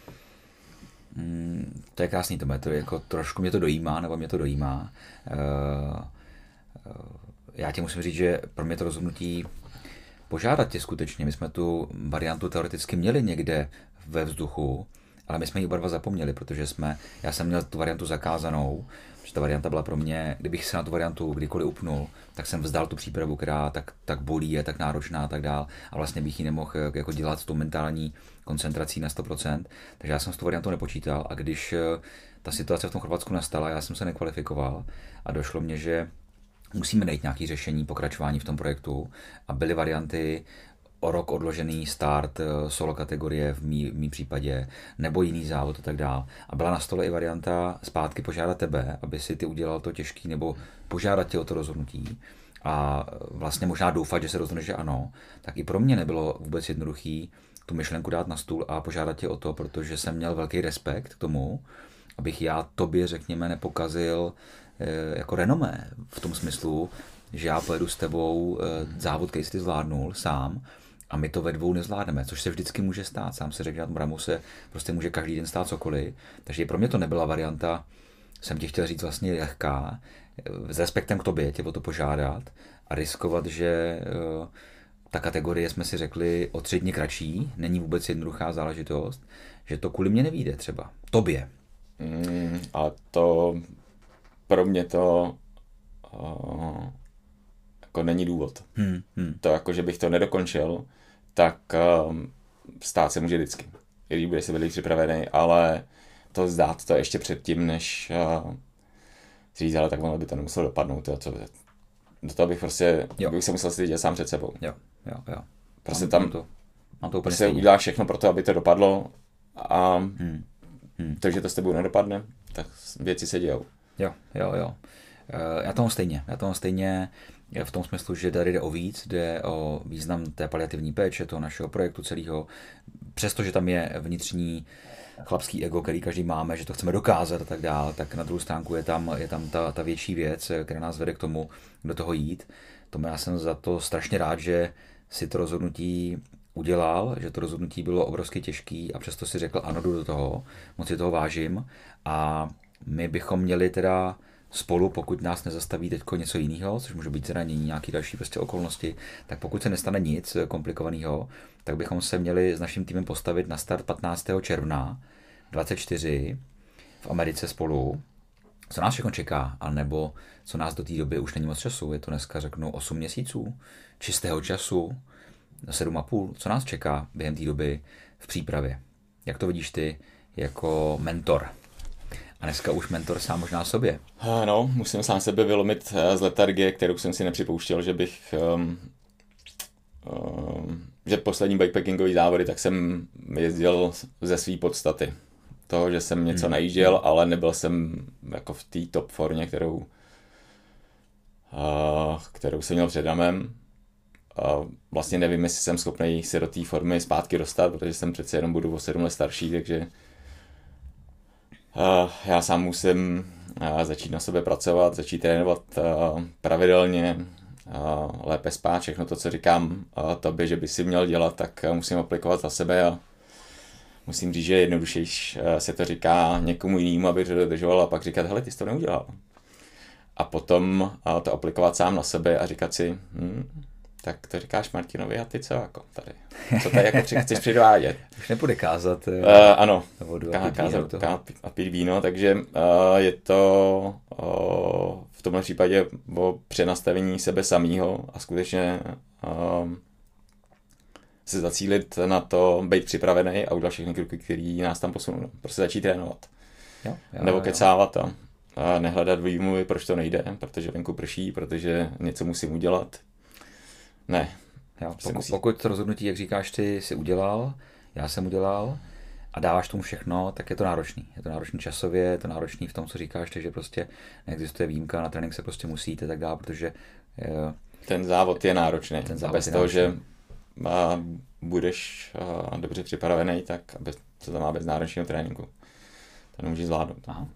Hmm, to je krásný, Tome, to je jako trošku mě to dojímá, nebo mě to dojímá. Uh, uh, já ti musím říct, že pro mě to rozhodnutí požádat tě skutečně. My jsme tu variantu teoreticky měli někde ve vzduchu, ale my jsme ji oba dva zapomněli, protože jsme, já jsem měl tu variantu zakázanou, protože ta varianta byla pro mě, kdybych se na tu variantu kdykoliv upnul, tak jsem vzdal tu přípravu, která tak, tak bolí, je tak náročná a tak dál a vlastně bych ji nemohl jako dělat s tou mentální koncentrací na sto procent, takže já jsem s tu variantou nepočítal a když ta situace v tom Chorvatsku nastala, já jsem se nekvalifikoval a došlo mně, že musíme najít nějaké řešení pokračování v tom projektu a byly varianty o rok odložený start solo kategorie v mý, v mý případě, nebo jiný závod a tak dál. A byla na stole i varianta zpátky požádat tebe, aby si ty udělal to těžký, nebo požádat tě o to rozhodnutí a vlastně možná doufat, že se rozhodneš, že ano. Tak i pro mě nebylo vůbec jednoduchý tu myšlenku dát na stůl a požádat tě o to, protože jsem měl velký respekt k tomu, abych já tobě, řekněme, nepokazil jako renomé v tom smyslu, že já pojedu s tebou závod, který jsi ty zvládnul sám a my to ve dvou nezvládneme, což se vždycky může stát. Sám se řekl, na tom bramu se prostě může každý den stát cokoliv. Takže pro mě to nebyla varianta, jsem ti chtěl říct vlastně lehká, s respektem k tobě tě o to požádat a riskovat, že uh, ta kategorie, jsme si řekli, o tři dny kratší, není vůbec jednoduchá záležitost, že to kvůli mě nevyjde třeba. Tobě. Mm, a to pro mě to uh, jako není důvod. Hmm, hmm. To jako, že bych to nedokončil, tak uh, stát se může vždycky. I když bude se byli připravený, ale to zdát to ještě předtím, než uh, říct, ale tak ono by to nemuselo dopadnout. To, co, do toho bych prostě, jo. bych se musel stydět sám před sebou. Jo, jo, jo. Prostě mám, tam mám to, mám to úplně prostě uděláš všechno pro to, aby to dopadlo a hmm. Hmm. to, že to s tebou nedopadne, tak věci se dějou. Jo, jo, jo. Já to mám stejně. Já to mám stejně v tom smyslu, že tady jde o víc, jde o význam té paliativní péče, toho našeho projektu celého. Přestože tam je vnitřní chlapský ego, který každý máme, že to chceme dokázat a tak dále, tak na druhou stránku je tam, je tam ta, ta větší věc, která nás vede k tomu, do toho jít. Tomu já jsem za to strašně rád, že si to rozhodnutí udělal, že to rozhodnutí bylo obrovsky těžký a přesto si řekl, ano, jdu do toho, moc si toho vážím a my bychom měli teda spolu, pokud nás nezastaví teďko něco jiného, což může být zranění, nějaké další prostě okolnosti, tak pokud se nestane nic komplikovaného, tak bychom se měli s naším týmem postavit na start patnáctého června dvacet čtyři v Americe spolu. Co nás všechno čeká, anebo co nás do té doby už není moc času, je to dneska řeknu osm měsíců čistého času, sedm a půl, co nás čeká během té doby v přípravě. Jak to vidíš ty jako mentor? A dneska už mentor sám možná sobě. No, musím sám sebe vylomit z letargie, kterou jsem si nepřipouštěl, že bych... Um, um, že poslední bikepackingový závody, tak jsem jezdil ze své podstaty. Toho, že jsem něco hmm. najížděl, ale nebyl jsem jako v té top formě, kterou, uh, kterou jsem měl před Damem. Uh, vlastně nevím, jestli jsem schopný se do té formy zpátky dostat, protože jsem přece jenom budu o sedm let starší, takže Uh, já sám musím uh, začít na sebe pracovat, začít trénovat uh, pravidelně, uh, lépe spát, všechno to, co říkám uh, tobě, že by si měl dělat, tak uh, musím aplikovat za sebe a musím říct, že jednodušejší uh, se to říká někomu jinému, aby to dodržoval a pak říkat, hele, ty jsi to neudělal. A potom uh, to aplikovat sám na sebe a říkat si, hm, tak to říkáš Martinovi a ty co jako tady? Co tady jako chceš předvádět? Už nepůjde kázat. Uh, ano, vodu ká, kázat a pít víno, takže uh, je to uh, v tomhle případě o přenastavení sebe samého a skutečně uh, se zacílit na to, být připravený a udělat všechny kroky, které nás tam posunou. Prostě začít trénovat. Jo, jo, Nebo jo. kecávat a, a nehledat výmluvy, proč to nejde, protože venku prší, protože něco musím udělat. Ne. Jo, pokud, pokud to rozhodnutí, jak říkáš, ty si udělal, já jsem udělal a dáváš tomu všechno, tak je to náročný. Je to náročný časově, je to náročný v tom, co říkáš, takže prostě neexistuje výjimka, na trénink se prostě musíte a tak dále, protože... Je, ten závod je náročný. Ten závod bez je toho, náročný. že a, budeš a, dobře připravený, tak bez, co to má bez náročného tréninku. To nemůžeš zvládnout. Aha.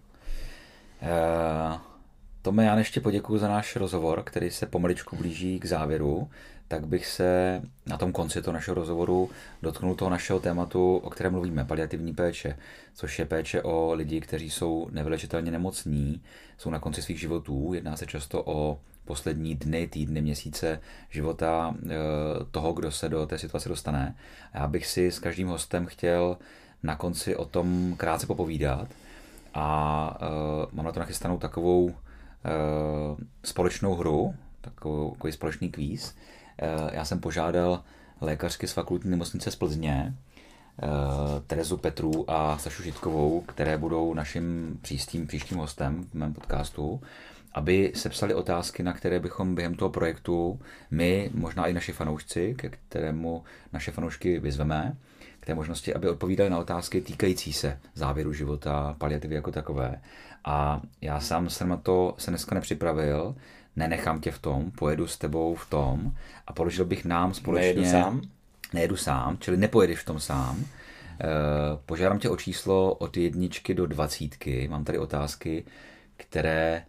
E, Tome, já ještě poděkuju za náš rozhovor, který se pomaličku blíží k závěru. Tak bych se na tom konci toho našeho rozhovoru dotknul toho našeho tématu, o kterém mluvíme, paliativní péče, což je péče o lidi, kteří jsou nevylečitelně nemocní, jsou na konci svých životů. Jedná se často o poslední dny, týdny, měsíce života toho, kdo se do té situace dostane. Já bych si s každým hostem chtěl na konci o tom krátce popovídat a mám na to nachystanou takovou společnou hru, takovou, takový společný kvíz. Já jsem požádal lékařky z fakultní nemocnice z Plzně, Terezu Petru a Sašu Žitkovou, které budou naším příštím, příštím hostem v mém podcastu, aby sepsali otázky, na které bychom během toho projektu my, možná i naši fanoušci, ke kterému naše fanoušky vyzveme, k té možnosti, aby odpovídali na otázky týkající se závěru života, paliativy jako takové. A já sám jsem na to se dneska nepřipravil, nenechám tě v tom, pojedu s tebou v tom a položil bych nám společně... Nejedu sám? Nejedu sám, čili nepojedeš v tom sám. Požádám tě o číslo od jedničky do dvacítky. Mám tady otázky, které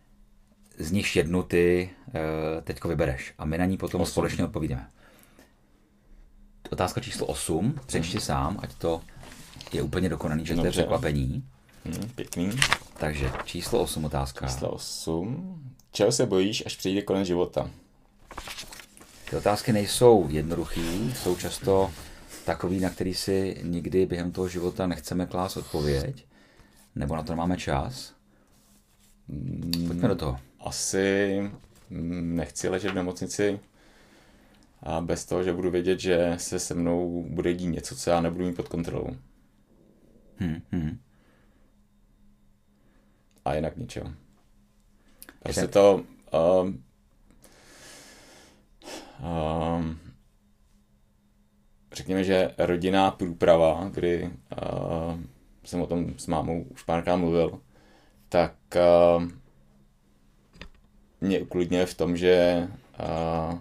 z nich jednu ty teďko vybereš a my na ní potom Osm. společně odpovídáme. otázka číslo osm, přečti hmm. sám, ať to je úplně dokonaný, že to je překvapení. Hmm, pěkný. Takže číslo osm otázka. Číslo osm. Čeho se bojíš, až přijde konec života? Ty otázky nejsou jednoduchý, jsou často takový, na který si nikdy během toho života nechceme klást odpověď, nebo na to nemáme čas. Pojďme do toho. Asi nechci ležet v nemocnici a bez toho, že budu vědět, že se se mnou bude dít něco, co já nebudu mít pod kontrolou. Hmm, hmm. A jinak ničeho. Prostě to... Um, um, řekněme, že rodinná průprava, kdy uh, jsem o tom s mámou už párkrát mluvil, tak uh, mě uklidňuje v tom, že uh,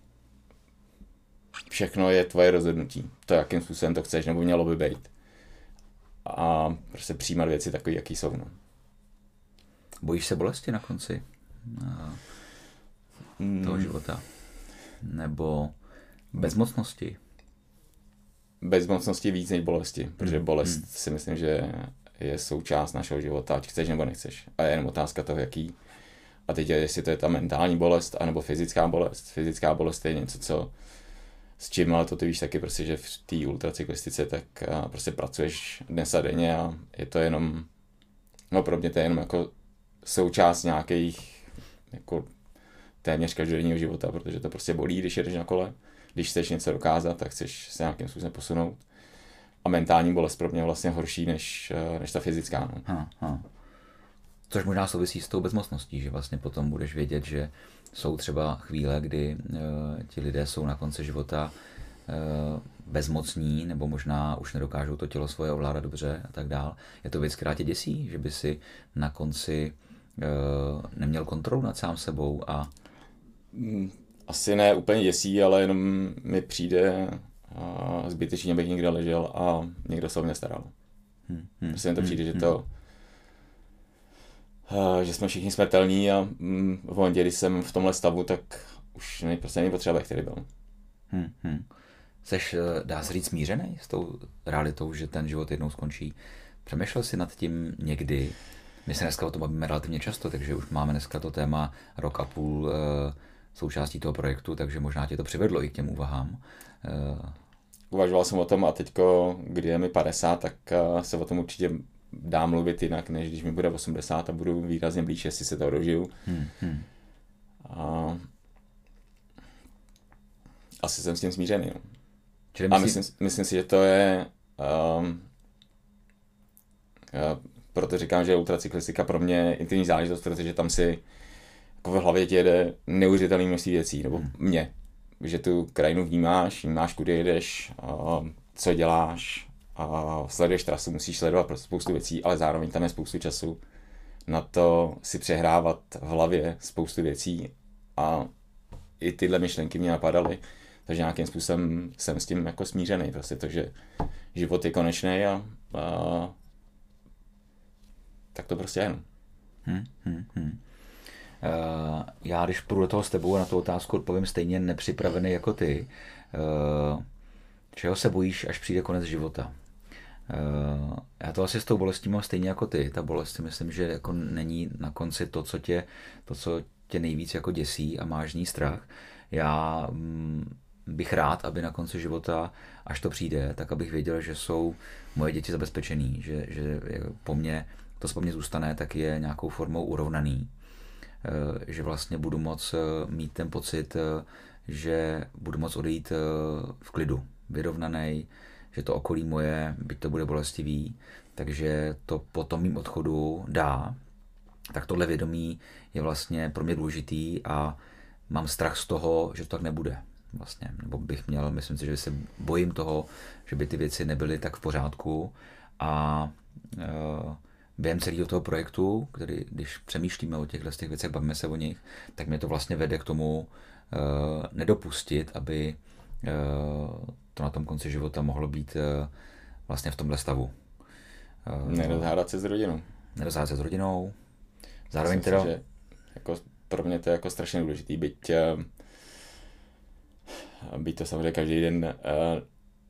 všechno je tvoje rozhodnutí. To, jakým způsobem to chceš, nebo mělo by být. A prostě přijímat věci takový, jaký jsou. No. Bojíš se bolesti na konci uh, toho života? Nebo bezmocnosti? Bezmocnosti víc než bolesti, protože bolest hmm. si myslím, že je součást našeho života, ať chceš nebo nechceš. A je jenom otázka toho, jaký. A teď je, jestli to je ta mentální bolest, anebo fyzická bolest. Fyzická bolest je něco, co s čím, ale to ty víš taky, prostě, že v té ultracyklistice tak prostě pracuješ dnes a denně a je to jenom, no pro mě to je jenom jako součást nějakých jako téměř každodenního života, protože to prostě bolí, když jedeš na kole. Když chceš něco dokázat, tak chceš se nějakým způsobem posunout. A mentální bolest pro mě je vlastně horší než, než ta fyzická. No. Ha, ha. Což možná souvisí s tou bezmocností, že vlastně potom budeš vědět, že jsou třeba chvíle, kdy uh, ti lidé jsou na konci života uh, bezmocní, nebo možná už nedokážou to tělo svoje ovládat dobře a tak dál. Je to věc, která tě děsí, že by si na konci uh, neměl kontrolu nad sám sebou a... Asi ne úplně děsí, ale jenom mi přijde a zbytečně bych někde ležel a někdo se o mě staral. Hmm, hmm, prostě mi to přijde, hmm, že to a, že jsme všichni smrtelní a mm, v momentě, kdy jsem v tomhle stavu, tak už nej, prostě není potřeba, který byl. Hmm, hmm. Jseš, dá se říct, smířený s tou realitou, že ten život jednou skončí? Přemýšlel jsi nad tím někdy? My se dneska o tom bavíme relativně často, takže už máme dneska to téma rok a půl uh, součástí toho projektu, takže možná tě to přivedlo i k těm úvahám. Uh... Uvažoval jsem o tom a teďko, kdy je mi padesát, tak uh, se o tom určitě dá mluvit jinak, než když mi bude osmdesát a budu výrazně blíž, jestli se to dožiju. Hmm, hmm. A... Asi jsem s tím smířený. No. Myslí... A myslím, myslím si, že to je... Um... Uh, proto říkám, že ultracyklistika pro mě je intimní záležitost, protože tam si jako v hlavě ti jede neuvěřitelné množství věcí, nebo mě. Že tu krajinu vnímáš, vnímáš, kudy jedeš, co děláš, a sleduješ trasu, musíš sledovat spoustu věcí, ale zároveň tam je spoustu času na to si přehrávat v hlavě spoustu věcí a i tyhle myšlenky mě napadaly, takže nějakým způsobem jsem s tím jako smířený, prostě to, že život je konečný a, a tak to prostě je. Hmm, hmm, hmm. Uh, já, když půjdu do toho s tebou a na tu otázku odpovím stejně nepřipravený jako ty, uh, čeho se bojíš, až přijde konec života? Uh, já to asi s tou bolestí mám stejně jako ty. Ta bolest si myslím, že jako není na konci to, co tě, to, co tě nejvíc jako děsí a máš z ní strach. Já mm, bych rád, aby na konci života, až to přijde, tak abych věděl, že jsou moje děti zabezpečený, že, že po mně to, co po mně zůstane, tak je nějakou formou urovnaný. Že vlastně budu moc mít ten pocit, že budu moc odejít v klidu, vyrovnanej, že to okolí moje, byť to bude bolestivý, takže to po tom mým odchodu dá. Tak tohle vědomí je vlastně pro mě důležitý a mám strach z toho, že to tak nebude. Vlastně. Nebo bych měl, myslím si, že se bojím toho, že by ty věci nebyly tak v pořádku a uh, během celého toho projektu, který, když přemýšlíme o těchto těch věcech, bavíme se o nich, tak mě to vlastně vede k tomu uh, nedopustit, aby uh, to na tom konci života mohlo být uh, vlastně v tomhle stavu. Uh, Nerozhádat se s rodinou. Nerozhádat se s rodinou. Zároveň teda... Si, že jako pro mě to je jako strašně důležitý, byť, uh, byť to samozřejmě každý den uh,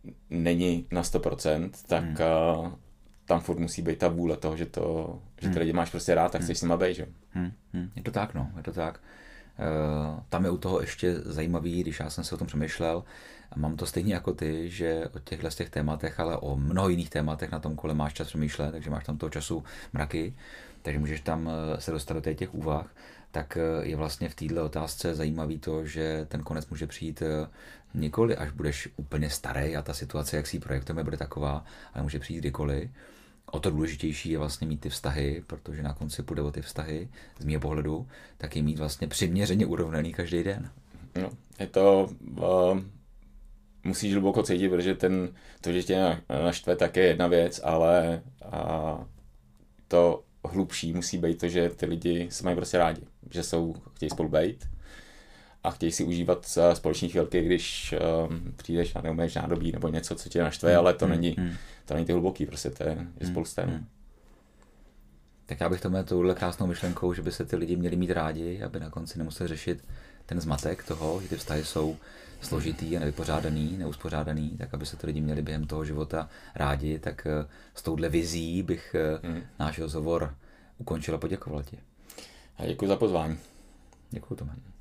není na sto procent, tak hmm. uh, tam furt musí být ta vůle toho, že, to, že ty hmm. lidi máš prostě rád, tak chceš hmm. s nima být, že? Hmm. Hmm. Je to tak, no, je to tak. Uh, tam je u toho ještě zajímavý, když já jsem si o tom přemýšlel, a mám to stejně jako ty, že o těchhle z těch tématech, ale o mnoho jiných tématech na tom kole máš čas přemýšlet, takže máš tam toho času mraky, takže můžeš tam se dostat do těch úvah, tak je vlastně v této otázce zajímavý to, že ten konec může přijít nikoli, až budeš úplně starý a ta situace, jak si ji projektujeme, bude taková, ale může přijít kdykoliv. O to důležitější je vlastně mít ty vztahy, protože na konci půjde o ty vztahy, z mého pohledu, tak je mít vlastně přiměřeně urovnaný každý den. No, je to... Uh... musíš hluboko cítit, protože ten, to, že tě naštve, tak je jedna věc, ale a to hlubší musí být to, že ty lidi se mají prostě rádi, že jsou, chtějí spolu být a chtějí si užívat společných chvilky, když um, přijdeš a neumíš nádobí nebo něco, co tě naštve, ale to není, to není ty hluboký, prostě to je, je spolu s tém. Tak já bych to měl touhle krásnou myšlenkou, že by se ty lidi měli mít rádi, aby na konci nemuseli řešit ten zmatek toho, že ty vztahy jsou složitý a nevypořádaný, neuspořádaný, tak aby se ty lidi měli během toho života rádi, tak s touhle vizí bych hmm. náš rozhovor ukončil a poděkoval ti. A děkuji za pozvání. Děkuji, Tome.